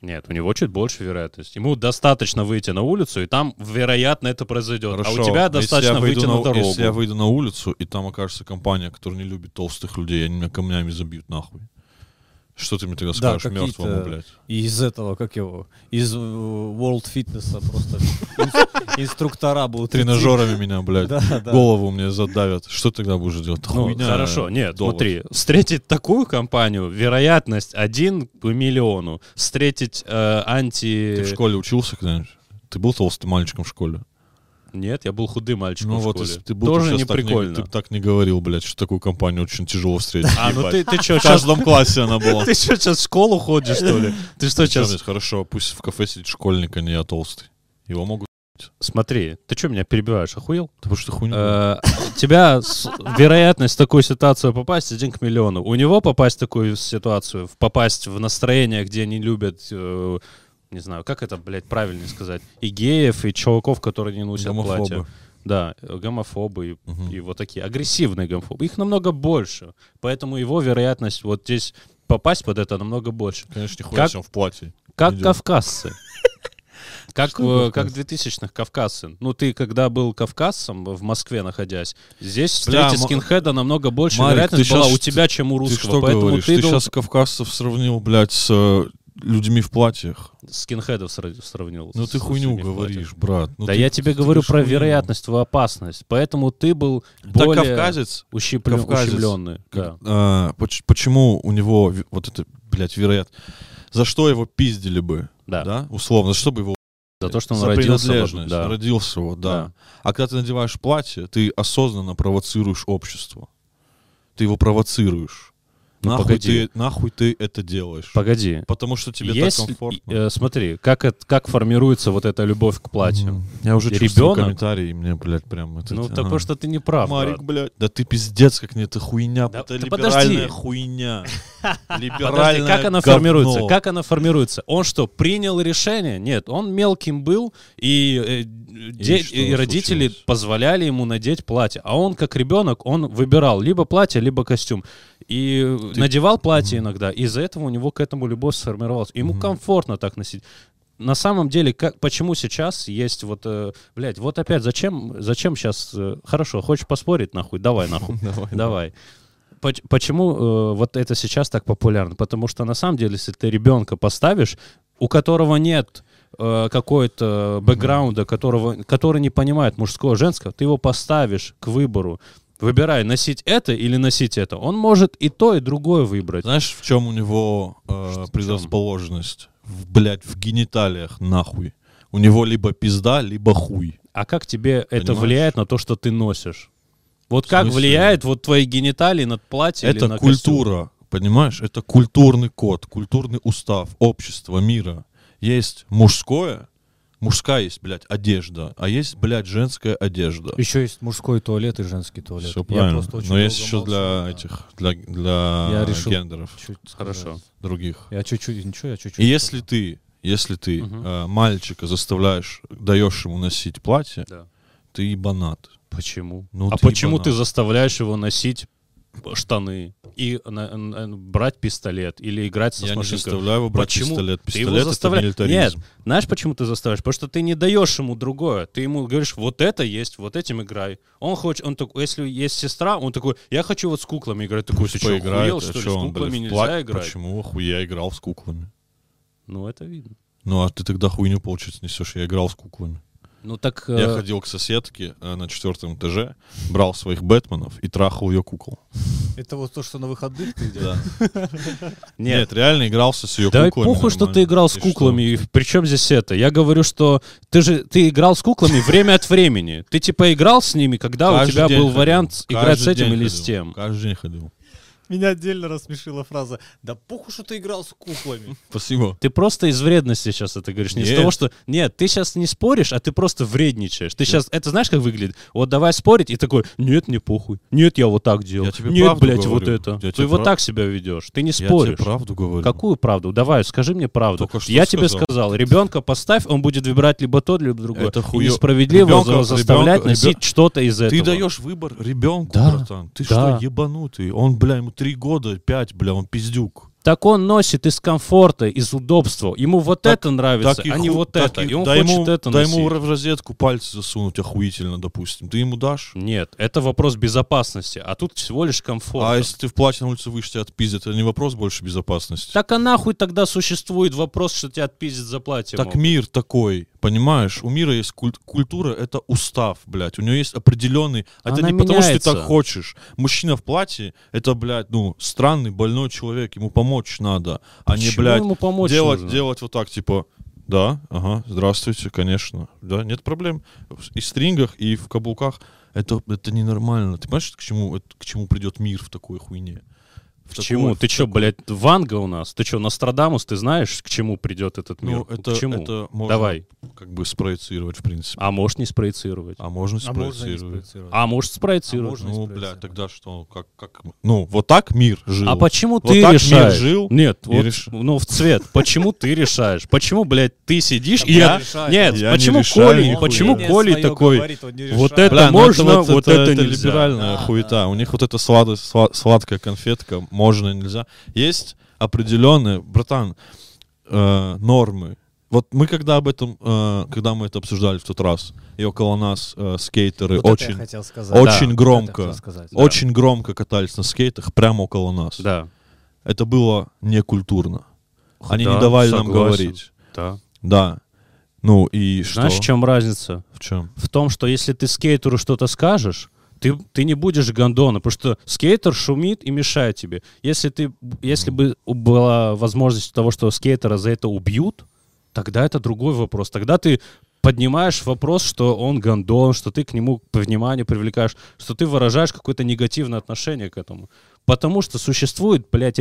Нет, у него чуть больше вероятность. Ему достаточно выйти на улицу, и там, вероятно, это произойдет. Хорошо, А у тебя если достаточно я выйду выйти на дорогу. Если я выйду на улицу, и там окажется компания, которая не любит толстых людей, они меня камнями забьют нахуй. Что ты мне тогда скажешь какие-то мертвому, блядь? Из этого, как его, из World Fitness просто инструктора будут идти. Тренажерами меня, блядь, Да. голову мне задавят. Что ты тогда будешь делать? Ну, Хуйня. хорошо, нет, довод. смотри, встретить такую компанию, вероятность 1 к миллиону. Встретить Ты в школе учился когда-нибудь? Ты был толстым мальчиком в школе? Нет, я был худым мальчиком Ну в вот, школе. если ты был, Тоже ты не щас так прикольно. ты так не говорил, блядь, что такую компанию очень тяжело встретить. А, ну ебать. ты что, В каждом классе она была. Ты что, сейчас в школу ходишь, что ли? Ты что, Причем сейчас... здесь хорошо, пусть в кафе сидит школьник, а не я толстый. Его могут... Смотри, ты что меня перебиваешь, охуел? Потому что хуйня. У тебя вероятность в такую ситуацию попасть 1 к миллиону. У него попасть в такую ситуацию, попасть в настроение, где они любят, не знаю, как это, блядь, правильно сказать, и геев, и чуваков, которые не носят Гомофобы. платья. Да, гомофобы и вот такие агрессивные гомофобы. Их намного больше. Поэтому его вероятность вот здесь попасть под это намного больше. Конечно, нихуя себе он в платье. Как идет. кавказцы. Как Что как 2000-х кавказцы. Ну, ты когда был кавказцем в Москве находясь, здесь Бля, встретить скинхеда намного больше Марик, вероятность ты была щас- у тебя, чем у Ты русского. что Поэтому говоришь? ты Ты должен сейчас кавказцев сравнил, блядь, с людьми в платьях. скинхедов сравнил. Ну ты с хуйню людьми в платьях. говоришь, брат. Ну, Да ты- я тебе ты говорю говоришь про хуйню. вероятность, твою опасность. Поэтому ты был Да, более кавказец. Кавказец. ущемленный. Да. Почему у него вот это, блядь, вероятно... За что его пиздили бы, Да. да? Условно, за что бы его... За то, что он За родился. принадлежность. Да. Родился, вот, да. Да. А когда ты надеваешь платье, ты осознанно провоцируешь общество. Ты его провоцируешь. Ну, погоди. Нахуй ты это делаешь? Погоди. Потому что тебе Есть, так комфортно. смотри, как формируется вот эта любовь к платью. Я уже чувствую Ребенок? комментарии, и мне, блядь, прям... Это, Ну, потому что ты не прав, Марик, брат. блядь, да ты пиздец, как не это хуйня. Да- это да либеральная подожди. хуйня. Подожди, Либеральное как она говно. формируется? Как она формируется? Он что, принял решение? Нет, он мелким был, и что и родители случилось? позволяли ему надеть платье. А он, как ребенок, он выбирал либо платье, либо костюм. И надевал платье иногда. Из-за этого у него к этому любовь сформировалась. Ему комфортно так носить. На самом деле, почему сейчас есть вот, блядь, вот опять, зачем сейчас, хорошо, хочешь поспорить, нахуй, давай, нахуй, давай. Почему вот это сейчас так популярно? Потому что на самом деле, если ты ребенка поставишь, у которого нет какой-то бэкграунда, который не понимает мужского, женского, ты его поставишь к выбору. Выбирай, носить это или носить это. Он может и то, и другое выбрать. Знаешь, в чем у него предрасположенность? Блядь, в гениталиях, нахуй. У него либо пизда, либо хуй. А как тебе это Понимаешь? влияет на то, что ты носишь? Вот как смысле? влияет вот твои гениталии на платье или Это на костюм? культура, понимаешь? Это культурный код, культурный устав общества, мира. Есть мужское, мужская есть, блядь, одежда, а есть, блядь, женская одежда. Еще есть мужской туалет и женский туалет. Все Я правильно. просто очень Но есть долго еще молчал, для да. этих, для Я решил гендеров Чуть Хорошо. сказать. других. Я чуть-чуть, ничего, я чуть-чуть. И если ты Мгм. мальчика заставляешь, даешь ему носить платье, Да. ты ебанат. Почему? Ну, А ты почему ебанат. ты заставляешь его носить штаны и брать пистолет или играть со Я не машинкой? заставляю его брать Почему? пистолет. Ты его Пистолет — это заставляешь? милитаризм. Нет, знаешь, почему ты заставляешь? Потому что ты не даешь ему другое. Ты ему говоришь, вот это есть, вот этим играй. Он хочет, он такой, если есть сестра, он такой, я хочу вот с куклами играть. Такой, ты Пусть что, поиграет, охуел, а что ли? чё С он, куклами блядь, нельзя играть. Почему хуя играл с куклами? Ну, это видно. Ну, а ты тогда хуйню, получается, несешь. Я играл с куклами. Ну, так... Я ходил к соседке на 4 этаже, брал своих Бэтменов и трахал ее кукол. Это вот то, что на выходных ты делаешь? Нет, реально игрался с ее Да куклами. похуй, что нормально. ты играл с И куклами. И причем здесь это? Я говорю, что ты играл с куклами время от времени. Ты типа играл с ними, когда у Каждый тебя день был ходил. вариант играть Каждый с этим день или ходил. с тем. Каждый день ходил. Меня отдельно рассмешила фраза: да похуй, что ты играл с куклами. Спасибо. Ты просто из вредности сейчас это говоришь. Не из Нет. того, что... Нет, ты сейчас не споришь, а ты просто вредничаешь. Ты сейчас... Это знаешь, как выглядит? Вот давай спорить, и такой, нет, мне похуй. Нет, я вот так делал. Я тебе Нет, правду блядь, говорю. вот это. Я Ты тебе вот прав- так себя ведешь. Ты не Я тебе споришь. правду говорю. Какую правду? Давай, скажи мне правду. Только что Я тебе сказал. сказал, ребенка поставь, он будет выбирать либо то, либо другое. Это И хуё- несправедливо Ребёнка- заставлять ребёнка- носить что-то из этого. Ты даешь выбор ребенку, Да, братан. Ты да. что, ебанутый? Он, бля, ему 3 года, 5, бля, он пиздюк. Так он носит из комфорта, из удобства. Ему вот это нравится, а не вот это. И он хочет это дай носить. ему в розетку пальцы засунуть охуительно, допустим. Ты ему дашь? Нет, это вопрос безопасности, а тут всего лишь комфорт. А если ты в платье на улице выйдешь, тебя отпиздят, это не вопрос больше безопасности? Так а нахуй тогда существует вопрос, что тебя отпиздят за платье? Так могут? мир такой, понимаешь? У мира есть культура, это устав, блядь. У него есть определенный... Это Она не потому, что ты меняется. так хочешь. Мужчина в платье, это, блядь, ну, странный, больной человек. Ему помочь надо. А не, Почему блядь, ему помочь нужно? делать вот так, типа... Да, ага, здравствуйте, конечно. Да, нет проблем. И в стрингах, и в каблуках. Это ненормально. Ты понимаешь, к чему придет мир в такой хуйне? К чему? Ты что, блядь, Ванга у нас? Ты что, Нострадамус? Ты знаешь, к чему придет этот мир? Ну, к чему? это можно Давай. как бы спроецировать, в принципе. А может не спроецировать. А можно А можно не спроецировать. спроецировать. А может спроецировать. можно. Ну, спроецировать. блядь, тогда что? Как? Ну, вот так мир жил. А почему Вот ты так мир решаешь? жил Нет, и вот, реш- ну, в цвет. Почему ты решаешь? Почему, блядь, ты сидишь и Он я... не решает, Нет, я не почему решаю Коля, нихуя. почему мнение Коля своё такой... говорит, он не вот решает. это ну можно, вот это нельзя. либеральная Да, хуета. да. У них вот эта сладкая конфетка, можно, нельзя. Есть определенные, братан, нормы. Вот мы когда мы это обсуждали в тот раз, и около нас скейтеры Вот это я очень, хотел сказать. очень Да, вот это я громко, хотел сказать. Да. очень громко катались на скейтах прямо около нас. Да. Это было некультурно. Они Да, не давали нам согласен. говорить. Да. Да. Ну и что? Знаешь, в чем разница? В чем? В том, что если ты скейтеру что-то скажешь, ты не будешь гондоном, потому что скейтер шумит и мешает тебе. Если бы была возможность того, что скейтера за это убьют, тогда это другой вопрос. Тогда ты поднимаешь вопрос, что он гондон, что ты к нему внимание привлекаешь, что ты выражаешь какое-то негативное отношение к этому. Потому что существует, блядь,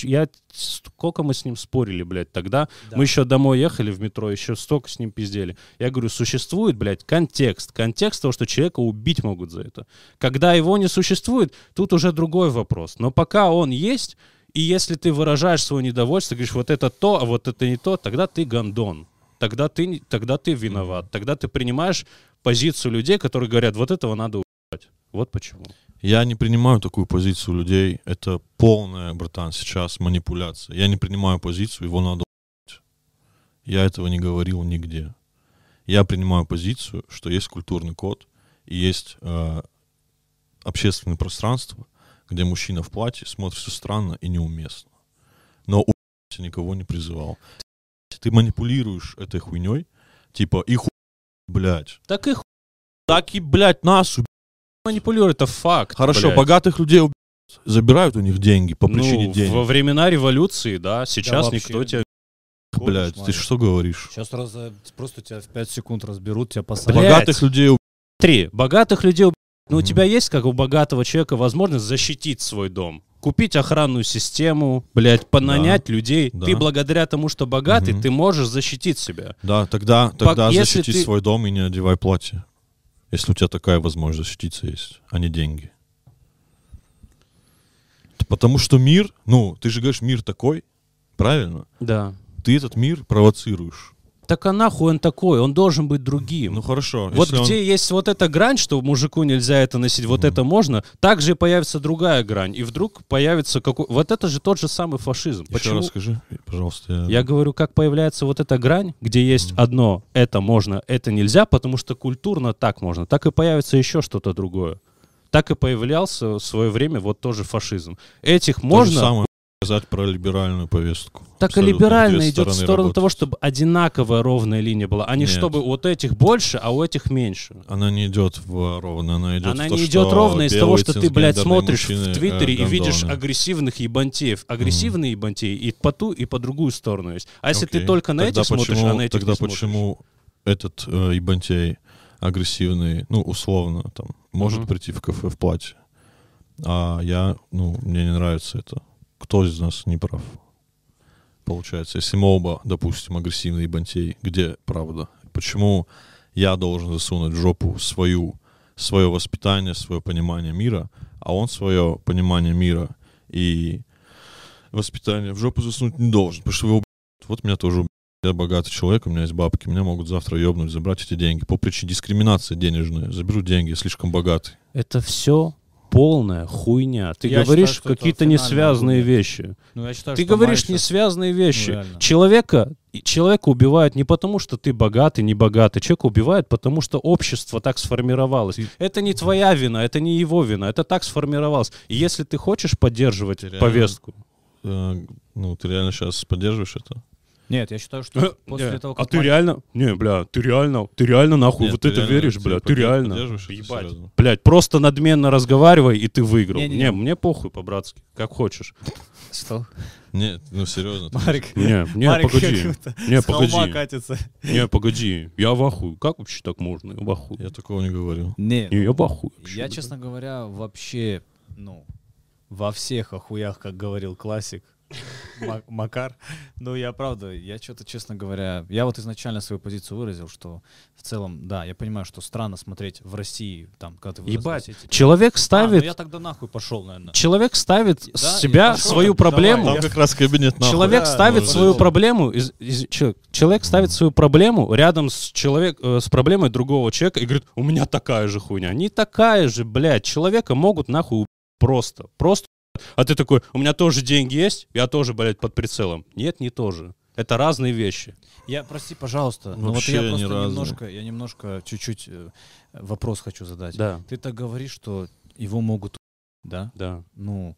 сколько мы с ним спорили, блядь, тогда. Да. Мы еще домой ехали в метро, еще столько с ним пиздели. Я говорю, существует, блядь, контекст. Контекст того, что человека убить могут за это. Когда его не существует, тут уже другой вопрос. Но пока он есть, и если ты выражаешь свое недовольство, говоришь, вот это то, а вот это не то, тогда ты гондон. Тогда ты виноват. Тогда ты принимаешь позицию людей, которые говорят, вот этого надо убивать. Вот почему. Я не принимаю такую позицию людей. Это полная, братан, сейчас манипуляция. Я не принимаю позицию, его надо убивать. Я этого не говорил нигде. Я принимаю позицию, что есть культурный код и есть общественное пространство, где мужчина в платье смотрится странно и неуместно. Но убивать я никого не призывал. Ты манипулируешь этой хуйней, типа, и блядь. Так их Так и, блядь, нас убивают. манипулируют, это факт. Хорошо, блядь. богатых людей убивают, забирают у них деньги по причине Ну, денег. во времена революции, да, сейчас вообще. никто тебя... Блядь, ты что говоришь? Сейчас просто тебя в 5 секунд разберут, тебя посадят. Блядь. Богатых людей убивают. Смотри, богатых людей... Ну, у Мгм. тебя есть, как у богатого человека, возможность защитить свой дом? Купить охранную систему, блядь, понанять людей. да. Ты благодаря тому, что богатый, Мгм. ты можешь защитить себя. Да, тогда если защити ты- свой дом и не одевай платье. Если у тебя такая возможность защититься есть, а не деньги. Потому что мир, ну, ты же говоришь, мир такой, правильно? Да. Ты этот мир провоцируешь. Так а нахуй он такой? Он должен быть другим. Ну хорошо. Вот если где есть вот эта грань, что мужику нельзя это носить, вот это можно, так же и появится другая грань. И вдруг появится какой... Вот это же тот же самый фашизм. Еще Почему? раз скажи, пожалуйста. Я говорю, как появляется вот эта грань, где есть одно, это можно, это нельзя, потому что культурно так можно, так и появится еще что-то другое. Так и появлялся в свое время вот тоже фашизм. Этих То же можно... самое сказать про либеральную повестку. Так и Абсолютно. либерально Две идет в стороны сторону работают. того, чтобы одинаковая ровная линия была, а не Нет. чтобы вот этих больше, а у этих меньше. Она не идет ровно, она идет Она в то, не идет что ровно из того, белые что ты, блядь, цисгендерные смотришь мужчины, в Твиттере и видишь гондоны. агрессивных ебантеев. Агрессивные ебантеи и по ту, и по другую сторону есть. А если ты Окей. только на Тогда этих смотришь, почему- а на этих Тогда не смотришь? почему этот ебантей агрессивный, ну, условно, там, может Мгм. прийти в кафе в платье, а мне не нравится это. Кто из нас не прав? Получается, если мы оба, допустим, агрессивные ебантей, где правда? Почему я должен засунуть в жопу свое воспитание, свое понимание мира, а он свое понимание мира и воспитание в жопу засунуть не должен, потому что его убьют. Вот меня тоже убьют. Я богатый человек, у меня есть бабки, меня могут завтра ебнуть, забрать эти деньги. По причине дискриминации денежной. Заберу деньги, я слишком богатый. Это все полная хуйня. Ты Я говоришь считаю, что это какие-то финальный несвязанные аргумент. вещи. Ну, я считаю, Ты что говоришь Майя щас- несвязанные вещи. реально. Человека убивают не потому, что ты богатый, не богатый. Человека убивают, потому что общество так сформировалось. Это не твоя вина, это не его вина. Это так сформировалось. И если ты хочешь поддерживать Ты реально- повестку... Ну, ты реально сейчас поддерживаешь это? Нет, я считаю, что после того, А как ты реально... Не, бля, ты реально нахуй Нет, вот ты это реально- веришь, ты бля? Ты реально... поддерживаешь это Ебать. серьезно? Блядь, просто надменно разговаривай, и ты выиграл. Не-не-не. Не, мне похуй по-братски, как хочешь. Что? Нет, ну серьезно. ты- Марик, Не, Марик погоди. как-то Не, с холма погоди. катится. Не, погоди. Я в ахуе. Как вообще так можно? Я в ахуе. Я такого не говорил. Не, Не, я в ахуе вообще, я, бля. честно говоря, вообще, ну, во всех охуях, как говорил классик Макар. Ну, я правда, я что-то, честно говоря, я вот изначально свою позицию выразил, что в целом, да, я понимаю, что странно смотреть в России, там, когда ты вырос в Ебать. России, типа, Человек ну ставит... я тогда нахуй пошел, наверное. Человек ставит Да, с я себя пошел, свою давай, проблему. Там как раз кабинет нахуй. Человек Да, ставит может свою быть. проблему, человек ставит свою проблему рядом с проблемой другого человека и говорит, у меня такая же хуйня. Не такая же, блядь. Человека могут нахуй убить просто. Просто. А ты такой, у меня тоже деньги есть, я тоже, блядь, под прицелом. Нет, не тоже. Это разные вещи. Я, прости, пожалуйста, но вот Вообще я не просто разные. немножко, чуть-чуть вопрос хочу задать. Да, Ты так говоришь, что его могут, да? да. Ну,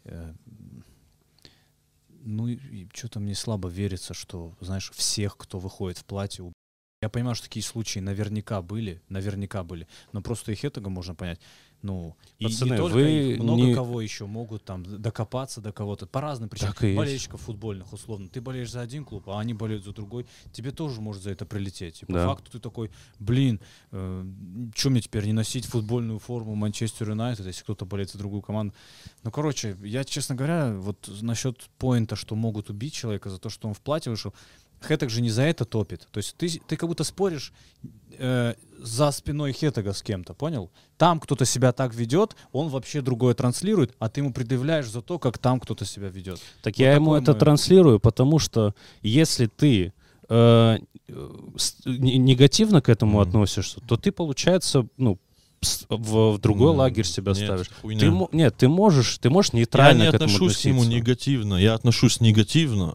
ну и что-то мне слабо верится, что, знаешь, всех, кто выходит в платье, я понимаю, что такие случаи наверняка были, но просто их этого можно понять. Ну, и Пацаны, не только вы их, много не- кого еще могут там докопаться до кого-то по разным причинам. Так и есть. Болельщиков футбольных, условно. Ты болеешь за один клуб, а они болеют за другой. Тебе тоже может за это прилететь. И по Да. факту ты такой, блин, что мне теперь не носить футбольную форму Манчестер Юнайтед, если кто-то болеет за другую команду. Ну, короче, я, честно говоря, вот насчет поинта, что могут убить человека за то, что он в платье вышел, Хэтаг же не за это топит. То есть ты как будто споришь за спиной Хэтага с кем-то, понял? Там кто-то себя так ведет, он вообще другое транслирует, а ты ему предъявляешь за то, как там кто-то себя ведет. Так Вот я ему такое это моё- транслирую, потому что если ты негативно к этому Мгм. относишься, то ты, получается, ну, в другой Ну, лагерь себя нет, ставишь. хуйня. Нет, ты можешь Я нейтрально не к этому отношусь к нему относиться. негативно. Я отношусь негативно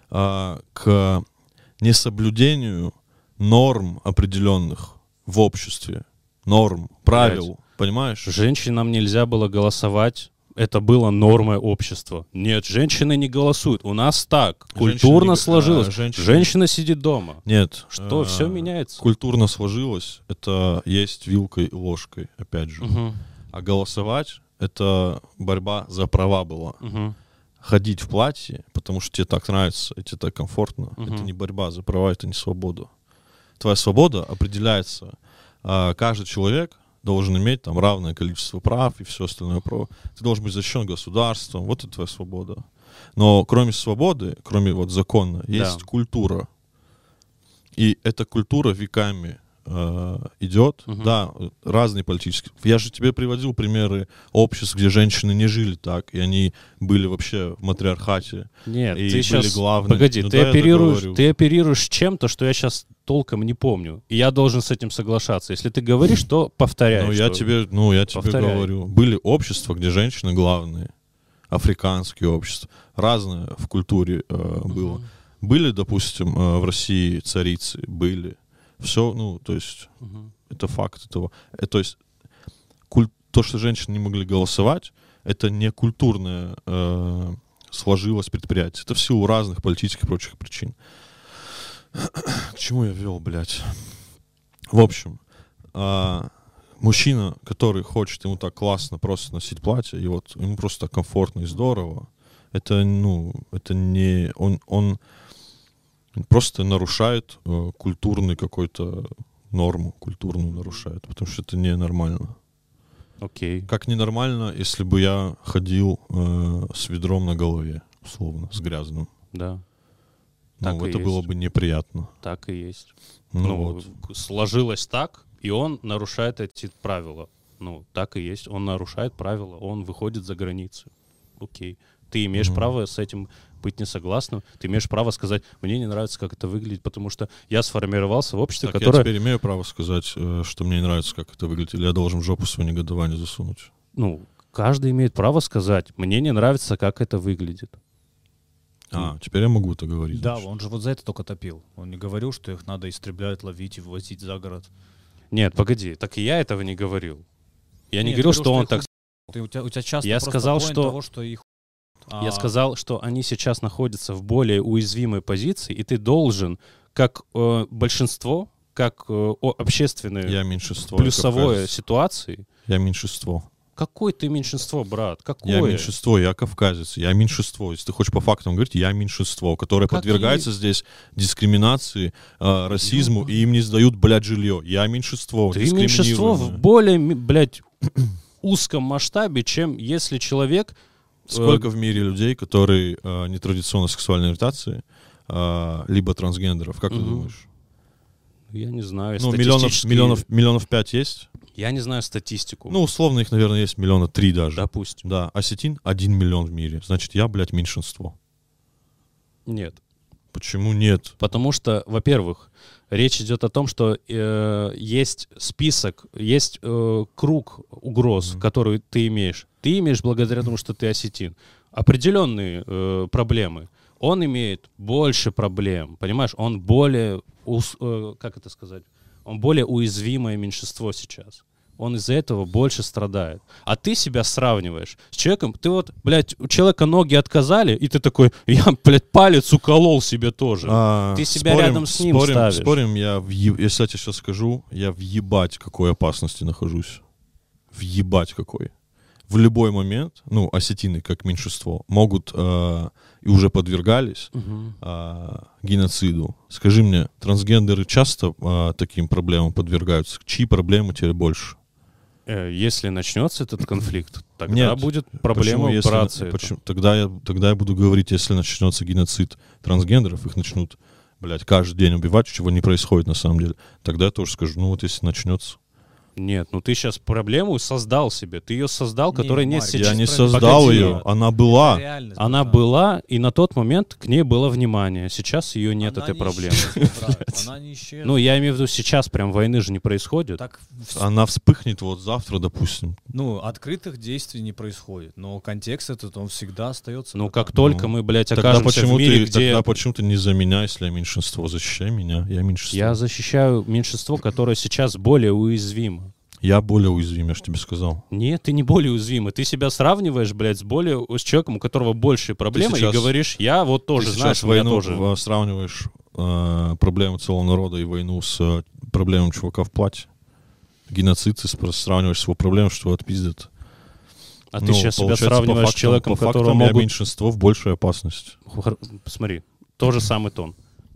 к несоблюдению норм определенных в обществе. Норм, правил. Понимаешь? Женщинам нельзя было голосовать. Это было нормой общества. Нет, женщины не голосуют. У нас так. Культурно не- сложилось. женщины- Женщина сидит дома. Нет. Что, все меняется. Культурно сложилось. Это есть вилкой и ложкой, опять же. Мгм, А голосовать — это борьба за права была. мгм. Ходить в платье, потому что тебе так нравится, и тебе так комфортно, Мгм. это не борьба за права, это не свобода. Твоя свобода определяется. Каждый человек должен иметь там равное количество прав и все остальное. Ты должен быть защищен государством. Вот это твоя свобода. Но кроме свободы, кроме вот закона, есть культура. И эта культура веками идет. Мгм. Да, разные политические. Я же тебе приводил примеры обществ, где женщины не жили так, и они были вообще в матриархате. Нет, И ты были сейчас... главные. Погоди, Ну ты, да, я оперируешь, договорю. ты оперируешь чем-то, что я сейчас толком не помню. И я должен с этим соглашаться. Если ты говоришь, то повторяй. Ну, я что- тебе Повторяй. говорю. Были общества, где женщины главные. Африканские общества. Разное в культуре было. Были, допустим, в России царицы, были. Все, ну, то есть, Мгм. это факт этого. То есть, то, что женщины не могли голосовать, это не культурное сложилось предприятие. Это в силу разных политических и прочих причин. К чему я вел, блядь? В общем, мужчина, который хочет ему так классно просто носить платье, и вот ему просто так комфортно и здорово, это, ну, это не... Он просто нарушает культурный какой-то норму, культурную нарушает, потому что это ненормально. Окей. Как ненормально, если бы я ходил с ведром на голове, условно, с грязным. Да, Ну, Так и это было есть. бы неприятно. так и есть. Ну, Ну, вот. сложилось так, и он нарушает эти правила. Ну, так и есть. Он нарушает правила, он выходит за границы. Окей. Ты имеешь Мгм. право с этим быть не согласным. Ты имеешь право сказать, мне не нравится, как это выглядит, потому что я сформировался в обществе, Так которое... я теперь имею право сказать, что мне не нравится, как это выглядит, или я должен в жопу свое негодование засунуть? Ну, Каждый имеет право сказать, мне не нравится, как это выглядит. Теперь я могу это говорить. Да, значит. он же вот за это только топил. Он не говорил, что их надо истреблять, ловить и вывозить за город. Нет, погоди, так и я этого не говорил. Я не Нет, говорил, ты что говорил, он так... У тебя часто Я просто сказал, point что- того, что их... Я сказал, что они сейчас находятся в более уязвимой позиции, и ты должен, как большинство, как общественное Я меньшинство. плюсовое я ситуации. Я меньшинство. Какое ты меньшинство, брат? Какое? Я меньшинство, я кавказец, я меньшинство. Если ты хочешь по фактам говорить, я меньшинство, которое Какие? подвергается здесь дискриминации, расизму, и им не сдают, блядь, жилье. Я меньшинство, Ты меньшинство в дискриминируемое. более, блядь, узком масштабе, чем если человек... Сколько в мире людей, которые нетрадиционной сексуальной ориентации, либо трансгендеров, как ты Мгм. думаешь? Я не знаю. Ну, статистически- миллионов 5 есть? Я не знаю статистику. Ну, условно, их, наверное, есть 3 миллиона даже. допустим. Да, осетин 1 миллион в мире. Значит, я, блядь, меньшинство. Нет. Почему нет? Потому что, во-первых, речь идет о том, что есть список, есть круг угроз, которые ты имеешь. Ты имеешь благодаря тому, что ты осетин, определенные проблемы. Он имеет больше проблем, понимаешь? Он более, как это сказать? Он более уязвимое меньшинство сейчас. Он из-за этого больше страдает. А ты себя сравниваешь с человеком, ты вот, блядь, у человека ноги отказали, и ты такой, я, блядь, палец уколол себе тоже. Ты себя рядом с ним ставишь. Спорим, если я тебе сейчас скажу, я въебать какой опасности нахожусь. Въебать какой. В любой момент, ну, осетины, как меньшинство, могут и уже подвергались геноциду. Скажи мне, трансгендеры часто таким проблемам подвергаются? Чьи проблемы теперь больше? Если начнется этот конфликт, тогда Нет. будет проблема Почему, браться. это. Тогда я буду говорить, если начнется геноцид трансгендеров, их начнут, блядь, каждый день убивать, чего не происходит на самом деле. Тогда я тоже скажу, ну вот если начнется. Нет, ну ты сейчас проблему создал себе. Ты ее создал, Не, которая нет Марк, сейчас. Я не Погоди. создал ее, она была. Реальность, Она братан. была, и на тот момент к ней было внимание. Сейчас ее нет, Она этой не проблемы. исчезнет, брат, она не исчезнет. Ну, я имею в виду, сейчас прям войны же не происходит. Так, Она вспыхнет вот завтра, допустим. ну, открытых действий не происходит, но контекст этот, он всегда остается. Ну, братан. как только Ну, мы, блядь, Тогда окажемся в почему, мире, ты, где... тогда почему ты не за меня, если я меньшинство? Защищай меня, я меньшинство. Я защищаю меньшинство, которое сейчас более уязвимо. Я более уязвим, я же тебе сказал. Нет, ты не более уязвимый. Ты себя сравниваешь, блядь, с человеком, у которого большие проблемы, сейчас- и говоришь, я вот тоже, Ты знаешь, сейчас у меня войну тоже. сравниваешь проблемы целого народа и войну с проблемой чувака в платье. Геноцид, ты сравниваешь с его проблемой, что его отпиздят. А ты Ну, сейчас себя получается, сравниваешь с человеком, по фактам которого я могут... меньшинство в большей опасности. Посмотри, тот же самый тон.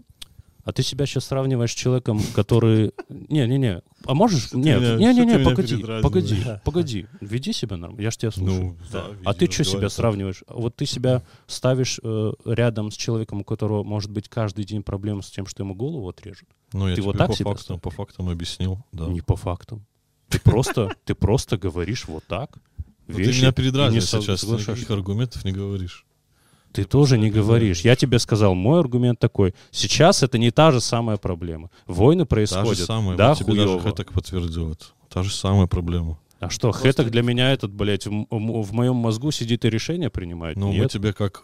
А ты себя сейчас сравниваешь с человеком, который... Не-не-не. А можешь... Нет, Что ты не-не-не, меня погоди, передразниваешь? погоди. Веди себя нормально, я ж тебя слушаю. Ну, да, А ты что себя разговаривай. сравниваешь? Вот ты себя ставишь рядом с человеком, у которого может быть каждый день проблема с тем, что ему голову отрежут? Ну, я Ты тебе вот так себя ставишь? по фактам объяснил. Да. Не по фактам. Ты просто говоришь вот так. Ну, ты вещи меня и передразниваешь не сейчас, ты соглашаешься. никаких аргументов не говоришь. Ты тоже не говоришь. Я тебе сказал, мой аргумент такой. Сейчас это не та же самая проблема. Войны Та происходят. же самая, Да, вот тебе даже хуёво. Хэтак подтвердит. Та же самая проблема. А что, Хэтак для меня этот, блядь, в моем мозгу сидит и решение принимает? Но мы Нет. тебе как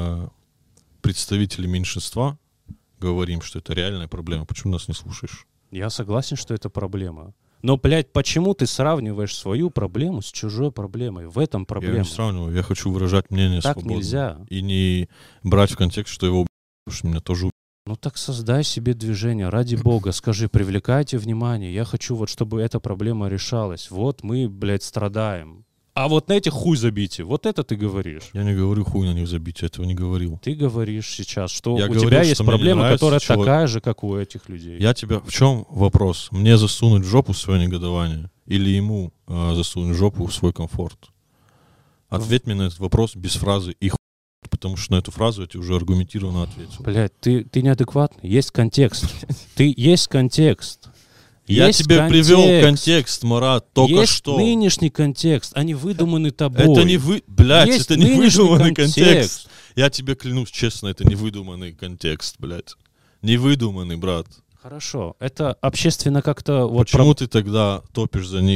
представители меньшинства говорим, что это реальная проблема. Почему нас не слушаешь? Я согласен, что это проблема. Но, блядь, почему ты сравниваешь свою проблему с чужой проблемой? В этом Я проблема. не сравниваю. Я хочу выражать мнение Так свободно. нельзя. И не брать в контекст, что его убили, потому что меня тоже убили. Ну так создай себе движение, ради бога. Скажи, привлекайте внимание. Я хочу вот, чтобы эта проблема решалась. Вот мы, блядь, страдаем. А вот на этих хуй забейте. Вот это ты говоришь. Я не говорю хуй на них забить, я этого не говорил. Ты говоришь сейчас, что Я у говорю, тебя что есть мне не проблема, нравится которая человек. такая же, как у этих людей. Я тебя... В чем вопрос? Мне засунуть в жопу свое негодование? Или ему засунуть в жопу свой комфорт? Ответь мне на этот вопрос без фразы «и хуй», потому что на эту фразу я тебе уже аргументированно ответил. Блядь, ты неадекватный. Есть контекст. Есть контекст. Я Есть тебе привел контекст, Марат, только есть что. нынешний контекст, а не выдуманный тобой. Это не вы... Блядь, Есть это не нынешний выдуманный контекст. Я тебе клянусь, честно, это не выдуманный контекст, блядь. Не выдуманный, брат. Хорошо. Это общественно как-то... Вот Почему ты тогда топишь за них?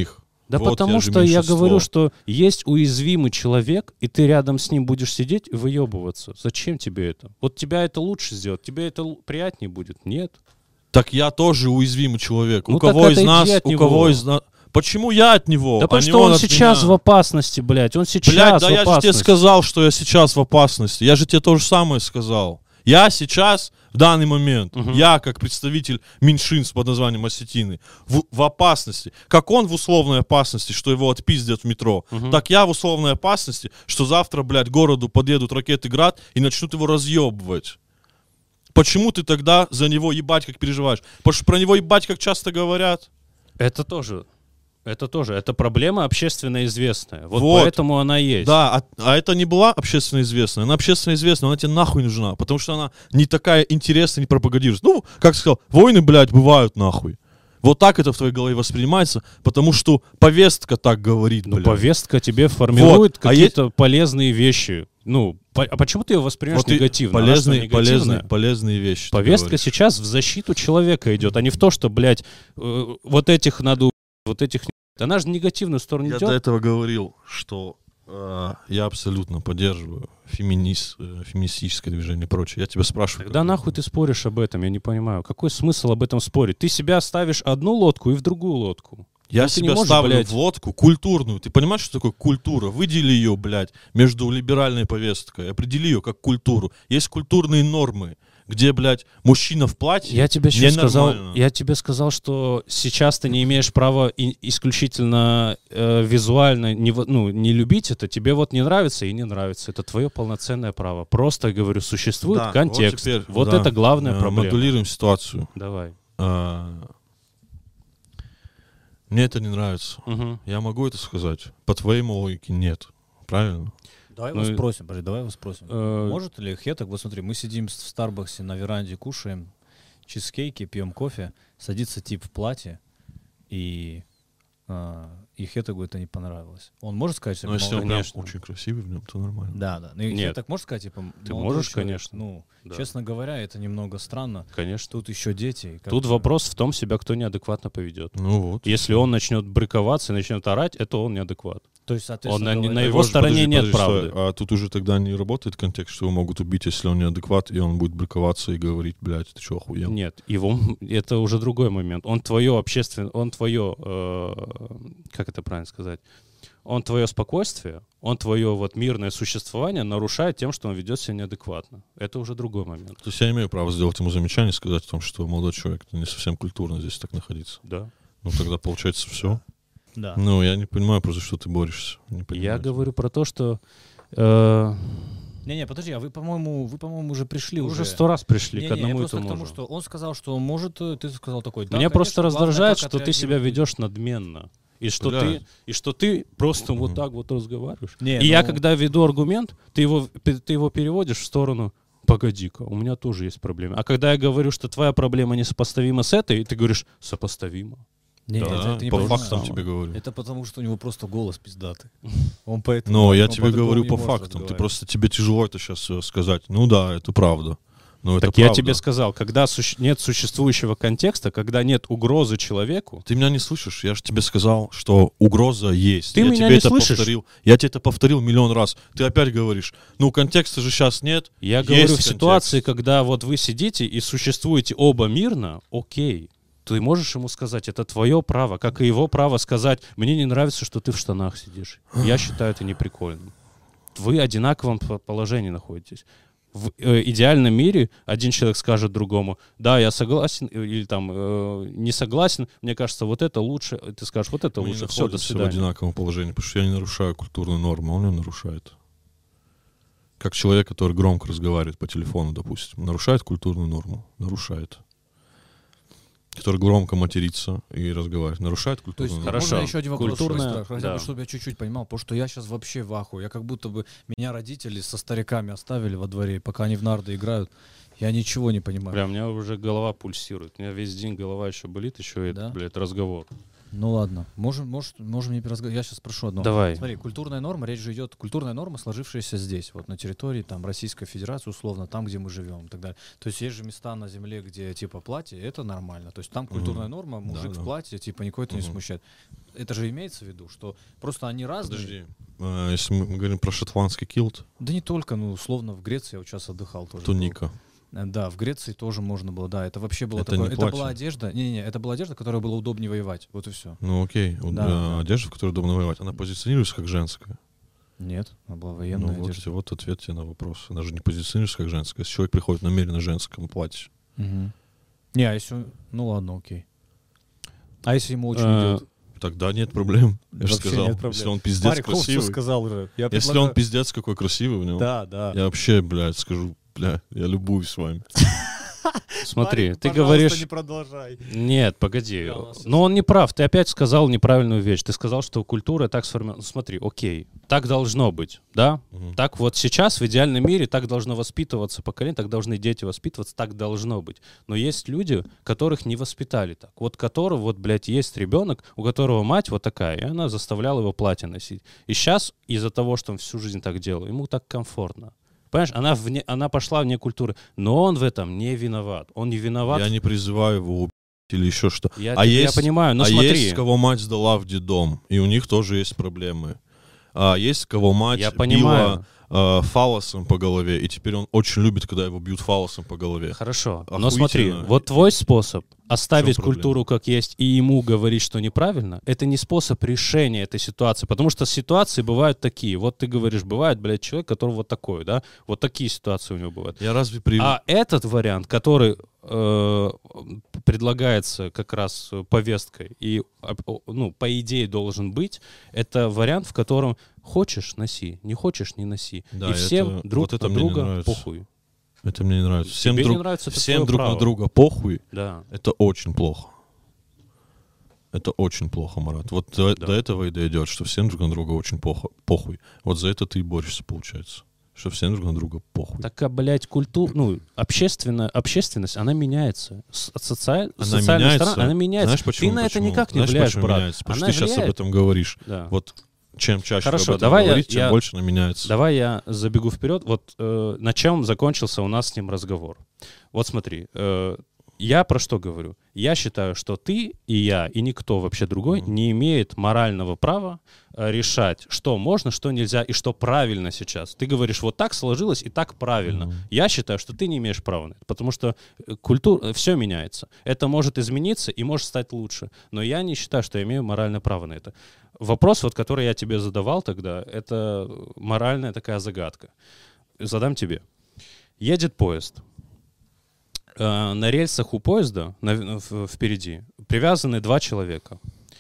Да Вот потому я же что я меньшинство. говорю, что есть уязвимый человек, и ты рядом с ним будешь сидеть и выебываться. Зачем тебе это? Вот тебя это лучше сделать, тебе это приятнее будет? Нет. Так я тоже уязвимый человек. Ну У кого так из отойди нас, от у него. кого из нас... Почему я от него, Да а потому не что он от сейчас меня? в опасности, блядь. Он сейчас Блядь, да в я же тебе опасности. сказал, что я сейчас в опасности. Я же тебе то же самое сказал. Я сейчас, в данный момент, я как представитель меньшинств под названием осетины, в опасности. Как он в условной опасности, что его отпиздят в метро, так я в условной опасности, что завтра, блядь, городу подъедут ракеты «Град» и начнут его разъебывать. Почему ты тогда за него ебать как переживаешь? Потому что про него ебать как часто говорят. Это тоже. Это проблема общественно известная. Вот, Вот. поэтому она есть. Да, а это не была общественно известная. Она общественно известная, она тебе нахуй нужна. Потому что она не такая интересная, не пропагандируется. Ну, как сказал, войны, блядь, бывают нахуй. Вот так это в твоей голове воспринимается, потому что повестка так говорит, Ну, блядь. повестка тебе формирует Вот. А какие-то полезные вещи. Ну, а почему ты ее воспринимаешь Вот и негативно? Она что, негативная? полезные вещи. ты Повестка говоришь. сейчас в защиту человека идет, а не в то, что, блядь, вот этих надо убить, вот этих не. Она же в негативную сторону Я идет. до этого говорил, что я абсолютно поддерживаю феминистическое движение и прочее. Я тебя спрашиваю. Тогда нахуй ты споришь об этом, я не понимаю. Какой смысл об этом спорить? Ты себя ставишь одну лодку и в другую лодку. Я Ну, ты не себя можешь, ставлю блядь. в лодку культурную. Ты понимаешь, что такое культура? Выдели ее, блядь, между либеральной повесткой. Определи ее как культуру. Есть культурные нормы, где, блядь, мужчина в платье. Я тебе сейчас ненормально. я тебе сказал, что сейчас ты не имеешь права исключительно визуально не любить это. Тебе вот не нравится и не нравится. Это твое полноценное право. Просто, говорю, существует Да, контекст. теперь, Вот да, это главная проблема. Модулируем ситуацию. Давай. Мне это не нравится. Мгм. Я могу это сказать? По твоей логике нет. Правильно? Давай Ну его и- спросим, подожди, давай его спросим. Э, Может ли Хеток, вот смотри, мы сидим в Старбаксе на веранде, кушаем чизкейки, пьем кофе, садится тип в платье, и Хетогу это не понравилось. Он может сказать, что Но если он прям Конечно. очень красивый в нем, то нормально. Да, да. Ну, и Нет. Хеток может сказать, типа, Ты молодой можешь, человек, конечно. Ну, Да. честно говоря, это немного странно. Конечно. Тут еще дети. и Тут как-то- вопрос в том, себя кто неадекватно поведет. Ну вот. Если он начнет брыковаться и начнет орать, это он неадекват. То есть, соответственно, Он на говоря, его стороне Подожди, нет правды. стой. А тут уже тогда не работает контекст, что его могут убить, если он неадекват, и он будет брыковаться и говорить, блядь, ты что, охуел? Нет, его это уже другой момент. Он твое общественное, он твое, как это правильно сказать? Он твое спокойствие, он твое вот мирное существование нарушает тем, что он ведет себя неадекватно. Это уже другой момент. То есть я имею право сделать ему замечание, сказать о том, что молодой человек не совсем культурно здесь так находиться. Да. Ну тогда получается все. Да. Ну, я не понимаю просто, что ты борешься. Не Я понимаю. говорю про то, что Не-не, подожди, а вы, по-моему, уже пришли уже 100 раз пришли Не-не, к одному я и просто тому к тому, же. что он сказал, что может, ты сказал такой, да, Меня просто конечно, главное, раздражает, как что ты себя отреагируют люди. ведешь надменно. И что, Бля. ты просто вот так вот разговариваешь. Не, И я, ну- когда веду аргумент, ты его переводишь в сторону «погоди-ка, у меня тоже есть проблемы». А когда я говорю, что твоя проблема несопоставима с этой, ты говоришь «сопоставима». Не, Да, это не по потому, фактам что- тебе говорю. Это потому, что у него просто голос пиздатый. Он поэтому... Но я он тебе по-другому говорю не по может фактам. Ты разговаривать. просто тебе тяжело это сейчас сказать. Ну да, это правда. Но это Так я правда. тебе сказал, когда нет существующего контекста, когда нет угрозы человеку, Ты меня не слышишь? Я же тебе сказал, что угроза есть. Ты я меня тебе не это слышишь? повторил. Я тебе это повторил миллион раз. Ты опять говоришь, ну контекста же сейчас нет. я Есть говорю в контекст. ситуации, когда вот вы сидите и существуете оба мирно, окей. Ты можешь ему сказать, это твое право, как и его право сказать, мне не нравится, что ты в штанах сидишь. Я считаю это неприкольным. Вы в одинаковом положении находитесь. В идеальном мире один человек скажет другому, да, я согласен, или там не согласен, мне кажется, вот это лучше, ты скажешь, вот это Мы не лучше, все, до находимся в свидания. одинаковом положении, потому что я не нарушаю культурную норму, он ее нарушает. Как человек, который громко разговаривает по телефону, допустим, нарушает культурную норму? Нарушает. Который громко матерится и разговаривает, нарушает То культурную есть, норму? Хорошо. можно еще один вопрос, Культурная, быстро, хотя бы, да. чтобы я чуть-чуть понимал, потому что я сейчас вообще в ахуе. Я как будто бы меня родители со стариками оставили во дворе, пока они в нарды играют. Я ничего не понимаю. Бля, у меня уже голова пульсирует. У меня весь день голова еще болит, еще и Да? этот, блядь, разговор. Ну ладно, можем не переразговаривать. Я сейчас спрошу одно. Давай. Смотри, культурная норма, речь же идет, культурная норма, сложившаяся здесь, вот на территории там Российской Федерации, условно, там, где мы живем и так далее. То есть есть же места на земле, где типа платье, это нормально. То есть там культурная норма, мужик в платье, типа никого это не смущает. Это же имеется в виду, что просто они разные. Подожди, если мы говорим про шотландский килт, Да не только, ну, условно, в Греции я вот сейчас отдыхал тоже. туника. Да, в Греции тоже можно было, да, это вообще было Это такое, не это платье. была одежда, не, это была одежда, которая была удобнее воевать, вот и все. Ну окей, Да. одежда, в которой удобно воевать, она позиционируется как женская. Нет, она была Ну военная вот, одежда. вот ответ тебе на вопрос. Она же не позиционируется как женская. Если человек приходит намеренно в женском платье. Мгм. Не, а если, ну ладно, окей. А если ему очень Э, идет? Тогда нет проблем. Я же Вообще сказал, нет проблем. если он пиздец Марик Холл всё красивый. сказал же. Я Если предлагаю- он пиздец какой красивый у него, Да, да. я вообще, блядь, скажу, бля, я любуюсь с вами. Смотри, Марик, ты пожалуйста, говоришь... не продолжай. Нет, погоди. Я у нас Но он не прав. Ты опять сказал неправильную вещь. Ты сказал, что культура так сформирована. Ну, смотри, окей, так должно быть, да? Мгм. Так вот сейчас в идеальном мире так должно воспитываться поколение, так должны дети воспитываться, так должно быть. Но есть люди, которых не воспитали так. Вот которого, вот, блядь, есть ребенок, у которого мать вот такая, и она заставляла его платье носить. И сейчас из-за того, что он всю жизнь так делал, ему так комфортно. Понимаешь, она пошла вне культуры, но он в этом не виноват. Он не виноват. Я не призываю его убить или еще что. Я есть, понимаю, но а смотри. есть, кого мать сдала в детдом, и у них тоже есть проблемы. А есть, кого мать Я понимаю. била фалосом по голове, и теперь он очень любит, когда его бьют фалосом по голове. Хорошо, но Охуительно. смотри, вот твой способ оставить проблема? культуру как есть и ему говорить, что неправильно, это не способ решения этой ситуации, потому что ситуации бывают такие. Вот ты говоришь, бывает, блядь, человек, который вот такой, да, вот такие ситуации у него бывают. Я разве А этот вариант, который предлагается как раз повесткой и, ну, по идее должен быть, это вариант, в котором хочешь — носи, не хочешь — не носи. Да, И всем это- друг вот это на мне не друга нравится. похуй. Это мне не нравится. Всем, Тебе не нравится, это всем твое друг право. на друга похуй. Да. Это очень плохо. Это очень плохо, Марат. Вот до этого и дойдет, что всем друг на друга очень похуй. Вот за это ты и борешься, получается. Что всем друг на друга похуй. Так, блядь, общественность, она меняется. Социальная меняется. сторона, она меняется. Знаешь, почему? Ты на это Почему? никак не Знаешь, влияешь, почему брат. меняется? Потому Она что ты сейчас об влияет. этом говоришь. Да. Вот чем чаще Хорошо, вы об этом давай говорите, я- тем больше она меняется. Давай я забегу вперед. Вот на чем закончился у нас с ним разговор. Вот смотри, я про что говорю? Я считаю, что ты и я, и никто вообще другой не имеет морального права решать, что можно, что нельзя и что правильно сейчас. Ты говоришь, вот так сложилось и так правильно. Я считаю, что ты не имеешь права на это, потому что культура, все меняется. Это может измениться и может стать лучше. Но я не считаю, что я имею моральное право на это. Вопрос, вот, который я тебе задавал тогда, это моральная такая загадка. Задам тебе. Едет поезд. На рельсах у поезда впереди привязаны 2 человека.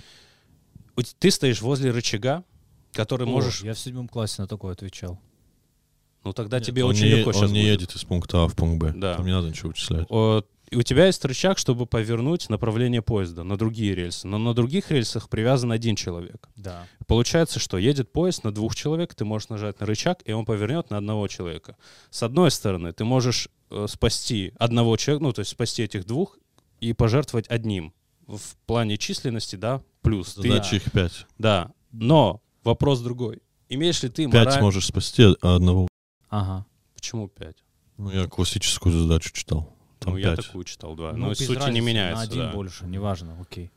Ты стоишь возле рычага, который можешь... Я в 7 классе на такое отвечал. Ну тогда Нет, тебе он очень не, легко он сейчас не будет. едет из пункта А в пункт Б. Да. Там не надо ничего вычислять. И у тебя есть рычаг, чтобы повернуть направление поезда на другие рельсы. Но на других рельсах привязан 1 человек. Да. Получается, что едет поезд на 2 человек, ты можешь нажать на рычаг, и он повернет на 1 человека. С одной стороны, ты можешь спасти 1 человека, ну, то есть спасти этих 2 и пожертвовать 1. В плане численности, да, плюс. Задача их 5. Да, но вопрос другой. Имеешь ли ты 5 можешь спасти, а одного... Ага. Почему 5? Ну, я классическую задачу читал. Там Ну, я 5. такую читал, 2. Ну, Но без суть не разницы, меняется. На 1 да. больше, неважно, окей.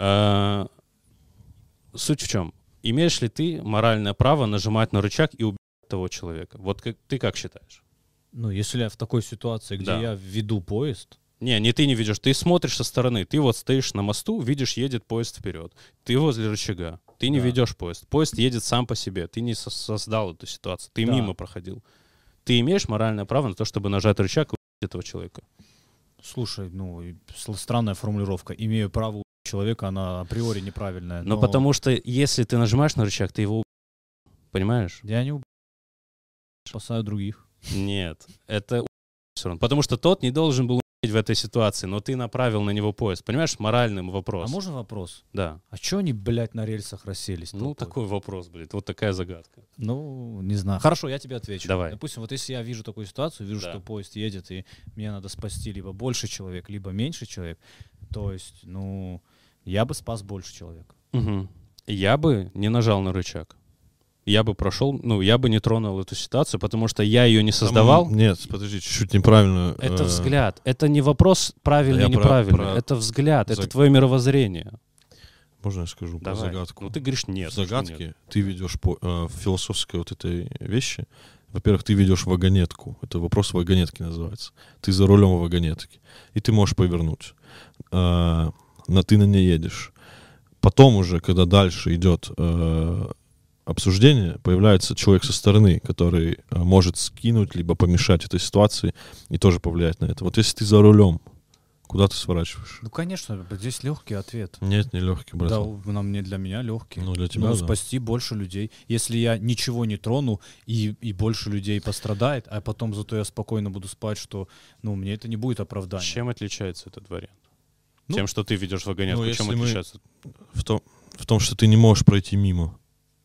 Суть в чем? Имеешь ли ты моральное право нажимать на рычаг и убить того человека? Вот ты как считаешь? Ну, если я в такой ситуации, где Да. я веду поезд, Не ты не видишь, ты смотришь со стороны. Ты вот стоишь на мосту, видишь, едет поезд вперед. Ты возле рычага. Ты не Да. ведешь поезд. Поезд едет сам по себе. Ты не создал эту ситуацию. Ты Да. мимо проходил. Ты имеешь моральное право на то, чтобы нажать рычаг и убить этого человека. слушай, ну, странная формулировка. Имею право убить человека, она априори неправильная. Но потому что если ты нажимаешь на рычаг, ты его понимаешь? Я не убью. Спасаю других. Нет, это все равно. Потому что тот не должен был умереть в этой ситуации, но ты направил на него поезд. Понимаешь, моральным вопрос. А можно вопрос? Да. А чё они, блядь, на рельсах расселись? Ну, толпой? такой вопрос, блядь. Вот такая загадка. Ну, не знаю. Хорошо, я тебе отвечу. Давай. Допустим, вот если я вижу такую ситуацию, вижу, Да. что поезд едет, и мне надо спасти либо больше человек, либо меньше человек, то есть, ну, я бы спас больше человек. Я бы не нажал на рычаг. Я бы прошел, я бы не тронул эту ситуацию, потому что я ее не создавал. Нет, подожди, чуть-чуть неправильно. Это взгляд. Это не вопрос правильный, неправильный. Это взгляд, это твое мировоззрение. Можно я скажу про загадку? Ну, ты говоришь нет. В загадке ты ведешь в философской вот этой вещи. Во-первых, ты ведешь вагонетку. Это вопрос вагонетки называется. Ты за рулем вагонетки. И ты можешь повернуть. Ты на ней едешь. Потом уже, когда дальше идет обсуждение, появляется человек со стороны, который может скинуть, либо помешать этой ситуации и тоже повлиять на это. Вот если ты за рулем, куда ты сворачиваешь? Ну, конечно, здесь легкий ответ. Нет, не легкий, брат. Да, для меня легкий. Ну, для тебя, да. Спасти больше людей. Если я ничего не трону, и больше людей пострадает, а потом зато я спокойно буду спать, что, мне это не будет оправданием. Чем отличается этот вариант? Тем, что ты ведешь вагонетку, чем отличается? В том, что ты не можешь пройти мимо.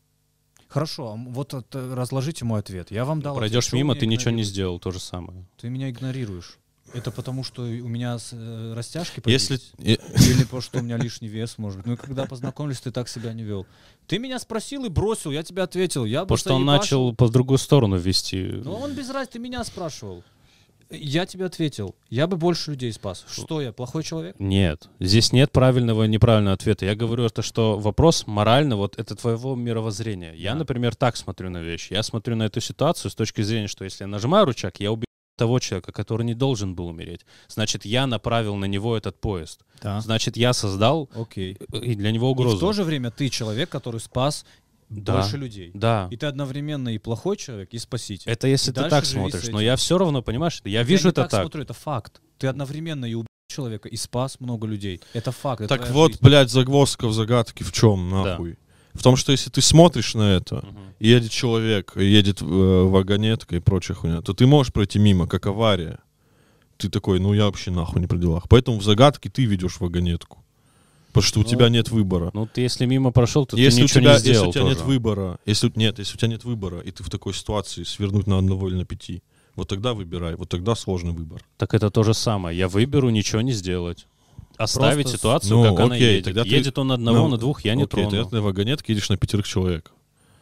Хорошо, вот разложите мой ответ. Я вам дал Пройдешь ответ, мимо, ты ничего не сделал, то же самое. Ты меня игнорируешь. Это потому, что у меня растяжки появились? Или потому, что у меня лишний вес, может быть. Ну и когда познакомились, ты так себя не вел. Ты меня спросил и бросил, я тебе ответил. Потому что он начал по другую сторону вести. Ну он без разницы, ты меня спрашивал. Я тебе ответил. Я бы больше людей спас. Что я, плохой человек? Нет. Здесь нет правильного и неправильного ответа. Я говорю, что вопрос морально, вот это твоего мировоззрения. Я, например, так смотрю на вещи. Я смотрю на эту ситуацию с точки зрения, что если я нажимаю рычаг, я убью того человека, который не должен был умереть. Значит, я направил на него этот поезд. Да. Значит, я создал и для него угрозу. И в то же время ты человек, который спас больше людей. Да. И ты одновременно и плохой человек, и спаситель. Это если ты так смотришь. Но я все равно, понимаешь, я вижу это так. Я смотрю, это факт. Ты одновременно и убил человека, и спас много людей. Это факт. Так вот, блядь, загвоздка в загадке в чем, нахуй? В том, что если ты смотришь на это, едет человек, едет вагонетка и прочая хуйня, то ты можешь пройти мимо, как авария. Ты такой, я вообще нахуй не при делах. Поэтому в загадке ты ведешь вагонетку. Потому что у тебя нет выбора. Ну, ты если мимо прошел, то если ты ничего не сделал. Если у тебя нет выбора, если у тебя нет выбора, и ты в такой ситуации свернуть на 1 или на 5, вот тогда выбирай, вот тогда сложный выбор. Так это то же самое. Я выберу ничего не сделать. Оставить ситуацию, как она едет. Тогда едет он на 1, на 2, я не трону. Ты на вагонетке едешь на 5 человек.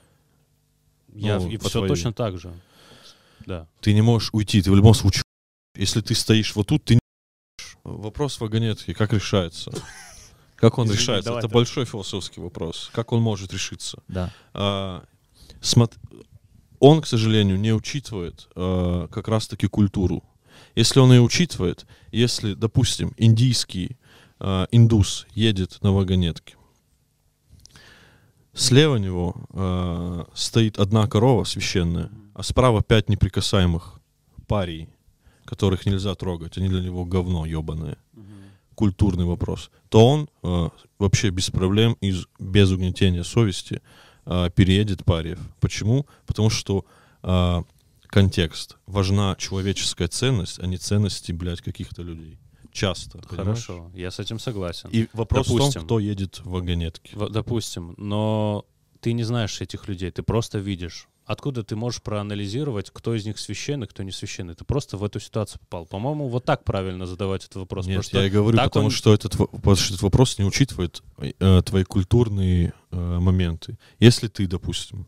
И все точно так же. Да. Ты не можешь уйти, ты в любом случае. Если ты стоишь вот тут, ты не можешь. Вопрос вагонетки как решается? Как он решается? Это большой философский вопрос. Как он может решиться? Да. Он, к сожалению, не учитывает как раз-таки культуру. Если он ее учитывает, если, допустим, индийский индус едет на вагонетке, слева него стоит одна корова священная, а справа 5 неприкасаемых парий, которых нельзя трогать, они для него говно ебаное. Культурный вопрос, то он вообще без проблем и без угнетения совести переедет париев. Почему? Потому что контекст. Важна человеческая ценность, а не ценности, блядь, каких-то людей. Часто. Хорошо, понимаешь? я с этим согласен. И вопрос в том, кто едет в вагонетке. Допустим, но ты не знаешь этих людей, ты просто видишь. Откуда ты можешь проанализировать, кто из них священный, кто не священный? Ты просто в эту ситуацию попал. По-моему, вот так правильно задавать этот вопрос. Нет, я и говорю, потому что этот вопрос не учитывает твои культурные моменты. Если ты, допустим,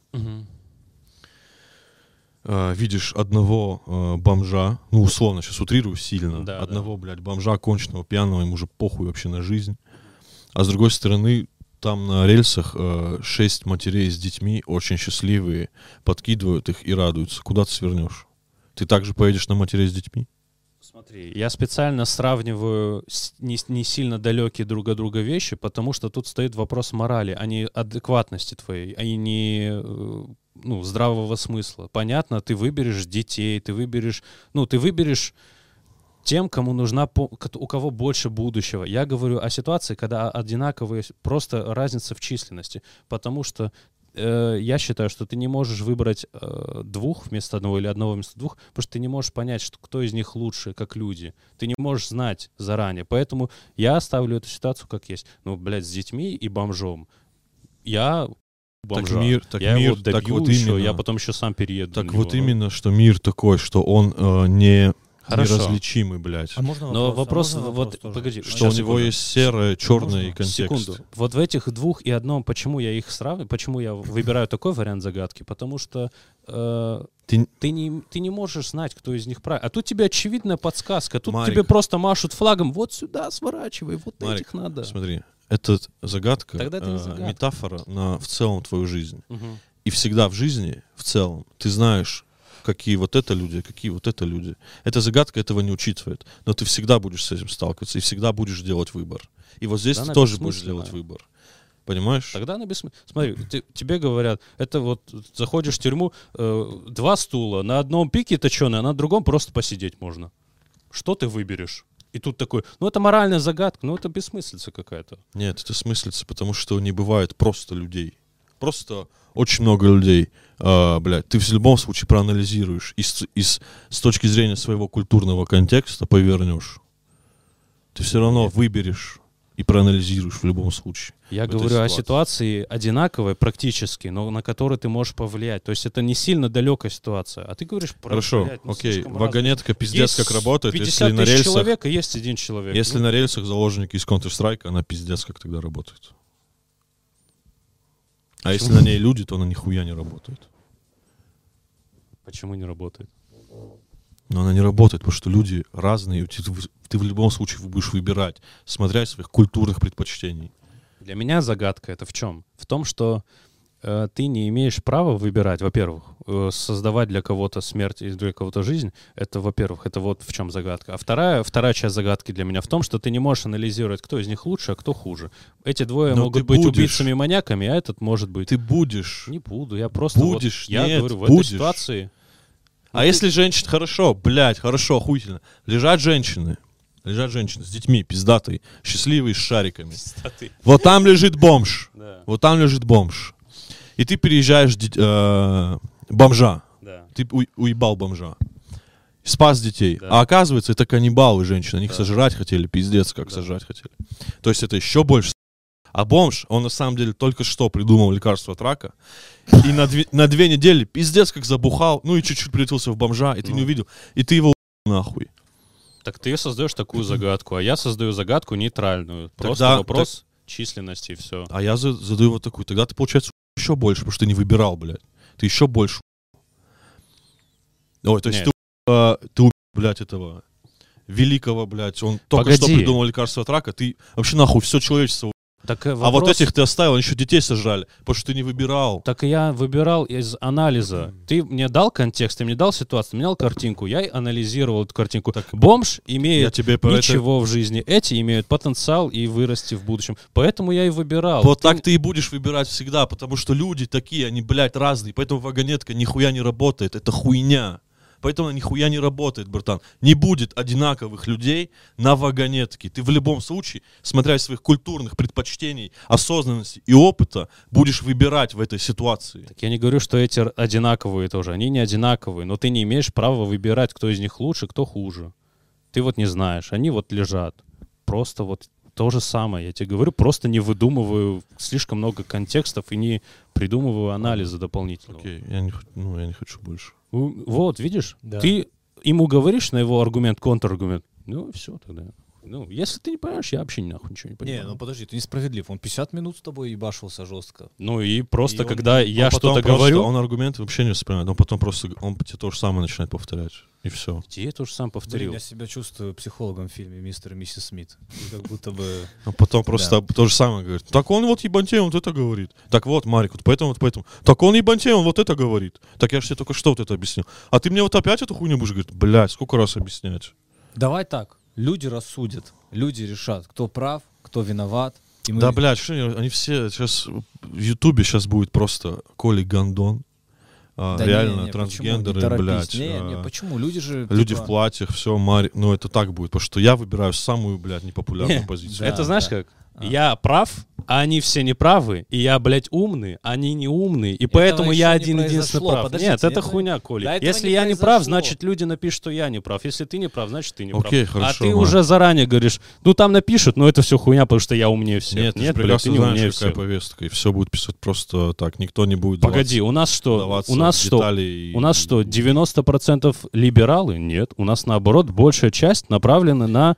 видишь одного бомжа, условно, сейчас утрирую сильно, одного, блядь, бомжа конченого, пьяного, ему уже похуй вообще на жизнь, а с другой стороны, там на рельсах 6 матерей с детьми, очень счастливые, подкидывают их и радуются. Куда ты свернешь? Ты также поедешь на матерей с детьми? Смотри, я специально сравниваю не сильно далекие друг от друга вещи, потому что тут стоит вопрос морали, а не адекватности твоей, а не здравого смысла. Понятно, ты выберешь детей, ты выберешь тем, кому нужна, у кого больше будущего. Я говорю о ситуации, когда одинаковые, просто разница в численности. Потому что я считаю, что ты не можешь выбрать 2 вместо 1 или 1 вместо 2, потому что ты не можешь понять, кто из них лучше, как люди. Ты не можешь знать заранее. Поэтому я оставлю эту ситуацию как есть. С детьми и бомжом. Я бомжа. Его добью еще, я потом еще сам перееду. Так вот именно, что мир такой, что он не Хорошо. неразличимый, блядь. А можно Но вопрос? вопрос, А можно вот, вопрос тоже? погоди, Что у сейчас, него секунду. есть серое, черное и Можно? контекст. Секунду. Вот в этих двух и одном, почему я их сравниваю, почему я выбираю такой вариант загадки? Потому что ты не можешь знать, кто из них правильный. А тут тебе очевидная подсказка. Тут Марик. тебе просто машут флагом, вот сюда сворачивай, вот Марик, этих надо. Смотри, это загадка, Тогда это не загадка. метафора на в целом твою жизнь. Мгм. И всегда в жизни, в целом, ты знаешь, какие вот это люди, какие вот это люди. Эта загадка этого не учитывает. Но ты всегда будешь с этим сталкиваться и всегда будешь делать выбор. И вот здесь Да, ты она тоже будешь бессмысленная. делать выбор. Понимаешь? Тогда она бессмысленна. Смотри, тебе говорят, это вот заходишь в тюрьму, 2 стула, на одном пике точеный, а на другом просто посидеть можно. Что ты выберешь? И тут такой, ну это моральная загадка, ну это бессмыслица какая-то. Нет, это смыслится, потому что не бывает просто людей. Просто очень много людей. Блядь, ты в любом случае проанализируешь и с точки зрения своего культурного контекста повернешь. Ты все равно выберешь и проанализируешь в любом случае. Я в этой говорю о ситуации. ситуации одинаковой практически, но на которую ты можешь повлиять. То есть это не сильно далекая ситуация. А ты говоришь про... Хорошо, блядь, ну, окей. слишком разные. Вагонетка пиздец Есть как работает, 50 если на тысяч рельсах. человек, и есть один человек. Если Ну, на рельсах заложники из Counter-Strike, она пиздец как тогда работает. А если на ней люди, то она нихуя не работает. Почему не работает? Но она не работает, потому что люди разные, и ты в любом случае будешь выбирать, смотря из своих культурных предпочтений. Для меня загадка это в чем? В том, что ты не имеешь права выбирать, во-первых, создавать для кого-то смерть и для кого-то жизнь. Это, во-первых, это вот в чем загадка. А вторая часть загадки для меня в том, что ты не можешь анализировать, кто из них лучше, а кто хуже. Эти двое Но могут ты быть будешь. убийцами-маньяками, а этот может быть... Ты будешь. Не буду, я просто... Будешь, я нет, говорю, в будешь. этой ситуации... А если женщина... Хорошо, блядь, хорошо, охуительно. Лежат женщины с детьми, пиздатые, счастливые, с шариками. Вот там лежит бомж. Да, Вот там лежит бомж. И ты переезжаешь бомжа. да. Ты уебал бомжа. Спас детей. Да. А оказывается, это каннибалы женщины. Они их Да. сожрать хотели, пиздец, как Да. сожрать хотели. То есть это еще больше. А бомж, он на самом деле только что придумал лекарство от рака. И на 2 недели пиздец как забухал. Ну и чуть-чуть превратился в бомжа. И ты Ну. не увидел. И ты его нахуй. Так ты создаешь такую загадку, а я создаю загадку нейтральную. Просто Тогда- вопрос численности и все. А я задаю вот такую. Тогда ты, получается, еще больше, потому что ты не выбирал, блядь. Ты еще больше. Ой, то есть Нет. ты убил, блядь, этого великого, блядь. Он только что Погоди. придумал лекарство от рака. Ты вообще нахуй все человечество. Так, А вот этих ты оставил, они еще детей сожрали, потому что ты не выбирал. Так я выбирал из анализа. Ты мне дал контекст, ты мне дал ситуацию, ты мне дал картинку, я анализировал эту картинку. Так, Бомж Я имеет тебе про это... ничего в жизни, эти имеют потенциал и вырасти в будущем. Поэтому я и выбирал. Вот так ты и будешь выбирать всегда, потому что люди такие, они, блядь, разные. Поэтому вагонетка нихуя не работает. Это хуйня. Поэтому она нихуя не работает, братан. Не будет одинаковых людей на вагонетке. Ты в любом случае, смотря из своих культурных предпочтений, осознанности и опыта, будешь выбирать в этой ситуации. Так я не говорю, что эти одинаковые тоже. Они не одинаковые, но ты не имеешь права выбирать, кто из них лучше, кто хуже. Ты вот не знаешь. Они вот лежат. Просто вот то же самое. Я тебе говорю, просто не выдумываю слишком много контекстов и не придумываю анализа дополнительного. Окей, я не хочу больше. Вот, видишь? Да. Ты ему говоришь на его аргумент, контраргумент. Ну, и все тогда. Ну, если ты не понимаешь, я вообще нахуй ничего не понимаю. Не, ну подожди, ты несправедлив. Он 50 минут с тобой ебашился жестко. Ну и просто, И он- когда я Он потом что-то просто- говорю, Он аргументы вообще не вспоминает. Он потом просто, он тебе то же самое начинает повторять. И все. я то же сам повторил. Блин, я себя чувствую психологом в фильме «Мистер и миссис Смит». И как будто бы... А потом просто то же самое говорит. Так он вот ебантей, он вот это говорит. Так вот, Марик, вот поэтому. Так он ебантей, он вот это говорит. Так я же тебе только что вот это объяснил. А ты мне вот опять эту хуйню будешь говорить? Блядь, сколько раз объяснять? Давай так. Люди рассудят. Люди решат, кто прав, кто виноват. И мы- Да, блядь, что они все сейчас в Ютубе сейчас будет просто Коли Гондон. Да Реально, не, трансгендеры, почему? Не блядь. торопись. Не, почему? Люди же... Люди типа, в платьях, все, ну это так будет, потому что я выбираю самую, блядь, непопулярную Не, позицию. Да, это знаешь да. как? я прав, а они все неправы, и я, блядь, умный, а они не умные, и поэтому я один-единственный прав. Подождите, нет, это хуйня, Коля. Если я не прав, значит, люди напишут, что я не прав. Если ты не прав, значит, ты не прав. Окей, хорошо, а ты уже заранее говоришь, ну там напишут, но это все хуйня, потому что я умнее всех. Нет, блядь, ты не умнее всех. какая повестка, и все будет писать просто так, никто не будет Погоди, у нас что? У нас что? У нас что, 90% либералы? Нет, у нас наоборот, большая часть направлена на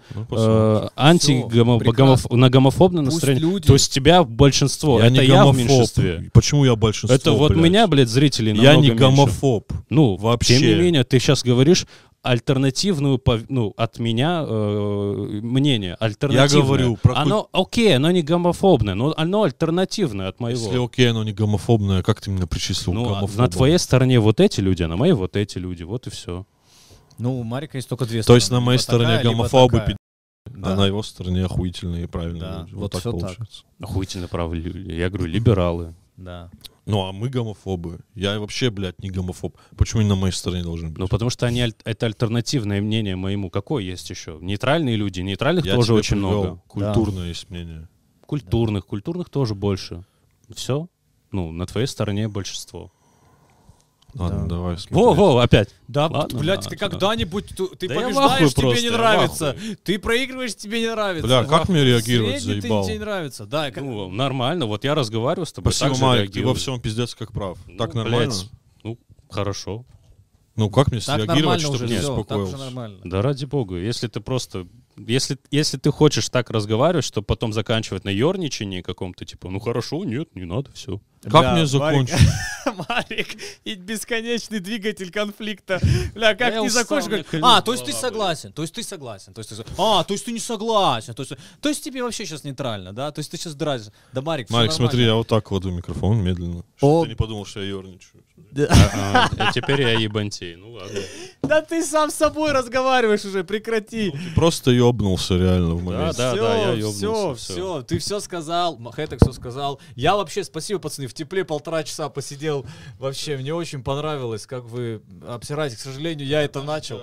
на гомофобное настроение. То есть тебя большинство, это я в меньшинстве. Почему я большинство, это вот меня, блядь, зрители намного Я не меньше. гомофоб. Ну, вообще. Тем не менее, ты сейчас говоришь альтернативную, от меня мнение. Альтернативное. Я говорю про... Оно окей, оно не гомофобное, но оно альтернативное от моего. Если окей, оно не гомофобное, как ты меня причислил к гомофобу? На твоей стороне вот эти люди, а на моей вот эти люди. Вот и все. Ну, у Марика есть только две стороны. То есть на моей стороне гомофобы, да. а на его стороне охуительные и правильные Да. люди. Вот так всё получается. Охуительно правы люди. Я говорю, либералы. Да. Ну, а мы гомофобы. Я вообще, блядь, не гомофоб. Почему они на моей стороне должны быть? Ну, потому что это альтернативное мнение моему. Какое есть еще? Нейтральные люди. Нейтральных Я тоже тебе очень привел много. Культурное есть мнение. Культурных тоже больше. Все. Ну, на твоей стороне большинство. Ладно, давай смотреть. Во, опять. Да, Ладно, блядь, ладно, ты когда-нибудь ты Да я в побеждаешь, ахуе тебе просто, не я в нравится. ахуе. Ты проигрываешь, тебе не нравится. Бля, как мне реагировать, Средний заебал? тебе не нравится. Да, Ну, нормально. Вот я разговариваю с тобой. Спасибо, так же Марик, ты реагирую. во всем пиздец как прав. Ну, Так нормально? блядь, ну, хорошо. Ну, как мне так среагировать, нормально чтобы уже, не все, так уже успокоился? нормально. Да ради бога. Если ты просто... Если ты хочешь так разговаривать, чтобы потом заканчивать на ерничании каком-то, типа, ну хорошо, нет, не надо, все. Как Бля, мне закончить? Марик, и бесконечный двигатель конфликта. Бля, как я не устал, закончишь? мне Говорит, колёс то есть ты голова согласен, то есть ты согласен, то есть ты не согласен. То есть тебе вообще сейчас нейтрально, да? То есть ты сейчас драйвишь. Да, Марик, всё Марик, смотри, я нормально. вот так кладу микрофон медленно. О. Чтобы ты не подумал, что я ерничаю. А теперь я ебантей. Ну ладно. Да ты сам с собой разговариваешь уже, прекрати. Ты просто ёбнулся реально в момент. Да, я ёбнулся, все, ты все сказал, Хэтек все сказал. Я вообще, спасибо, пацаны, в тепле 1,5 часа посидел. Вообще, мне очень понравилось, как вы обсираете. К сожалению, я это начал.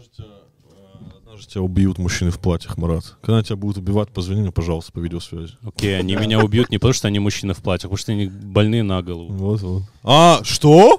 Однажды тебя убьют мужчины в платьях, Марат. Когда тебя будут убивать, позвони мне, пожалуйста, по видеосвязи. Окей, они меня убьют не потому, что они мужчины в платьях, потому что они больные на голову. Вот. А, что?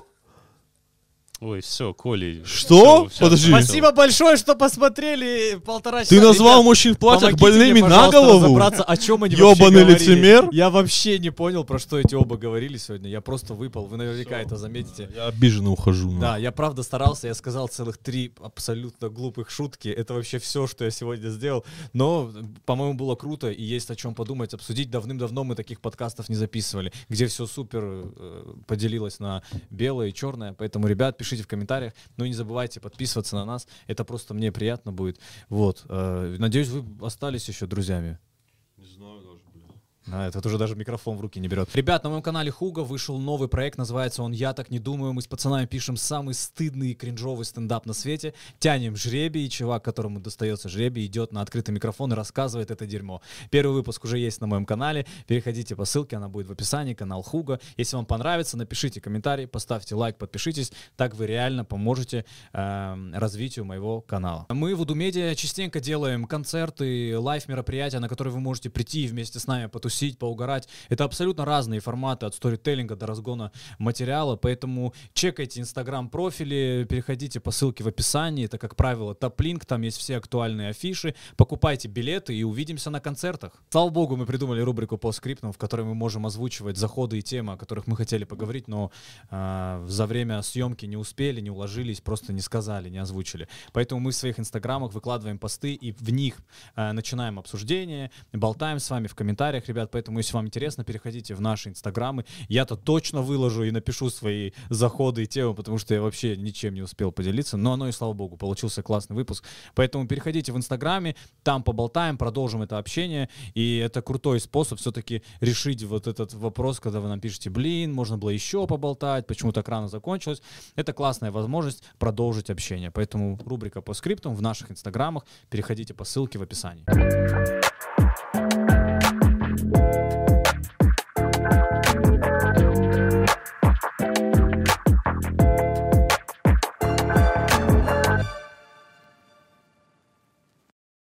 Ой, все, Коля. Что? всё, Подожди. Спасибо большое, что посмотрели 1,5 часа. Ты назвал Ребят, мужчин в платьях помогите больными мне, на пожалуйста, голову? разобраться, о чем они Ёбаный вообще говорили. лицемер? Я вообще не понял, про что эти оба говорили сегодня. Я просто выпал. Вы наверняка это заметите. Я обиженно ухожу. Да, я правда старался, я сказал целых 3 абсолютно глупых шутки. Это вообще все, что я сегодня сделал. Но, по-моему, было круто и есть о чем подумать, обсудить. Давным-давно мы таких подкастов не записывали, где все супер поделилось на белое и черное. Поэтому, ребят, пишите в комментариях. Ну и не забывайте подписываться на нас. Это просто мне приятно будет. Вот. Надеюсь, вы остались еще друзьями. Не знаю даже, блин. Это уже даже микрофон в руки не берет. Ребят, на моем канале Хуга вышел новый проект, называется он «Я так не думаю». Мы с пацанами пишем самый стыдный и кринжовый стендап на свете. Тянем жребий, и чувак, которому достается жребий, идет на открытый микрофон и рассказывает это дерьмо. Первый выпуск уже есть на моем канале. Переходите по ссылке, она будет в описании, канал Хуга. Если вам понравится, напишите комментарий, поставьте лайк, подпишитесь. Так вы реально поможете развитию моего канала. Мы в Уду Медиа частенько делаем концерты, лайв-мероприятия, на которые вы можете прийти вместе с нами потусить, поугарать. Это абсолютно разные форматы, от сторителлинга до разгона материала, поэтому чекайте инстаграм-профили, переходите по ссылке в описании, это, как правило, топ-линк, там есть все актуальные афиши, покупайте билеты и увидимся на концертах. Слава богу, мы придумали рубрику по скриптам, в которой мы можем озвучивать заходы и темы, о которых мы хотели поговорить, но за время съемки не успели, не уложились, просто не сказали, не озвучили. Поэтому мы в своих инстаграмах выкладываем посты и в них начинаем обсуждение, болтаем с вами в комментариях, ребят. Поэтому, если вам интересно, переходите в наши инстаграмы. Я-то точно выложу и напишу свои заходы и темы, потому что я вообще ничем не успел поделиться. Но оно и слава богу, получился классный выпуск. Поэтому переходите в инстаграме, там поболтаем, продолжим это общение. И это крутой способ все-таки решить вот этот вопрос, когда вы нам пишете, блин, можно было еще поболтать, почему так рано закончилось. Это классная возможность продолжить общение. Поэтому рубрика по скриптам в наших инстаграмах. Переходите по ссылке в описании.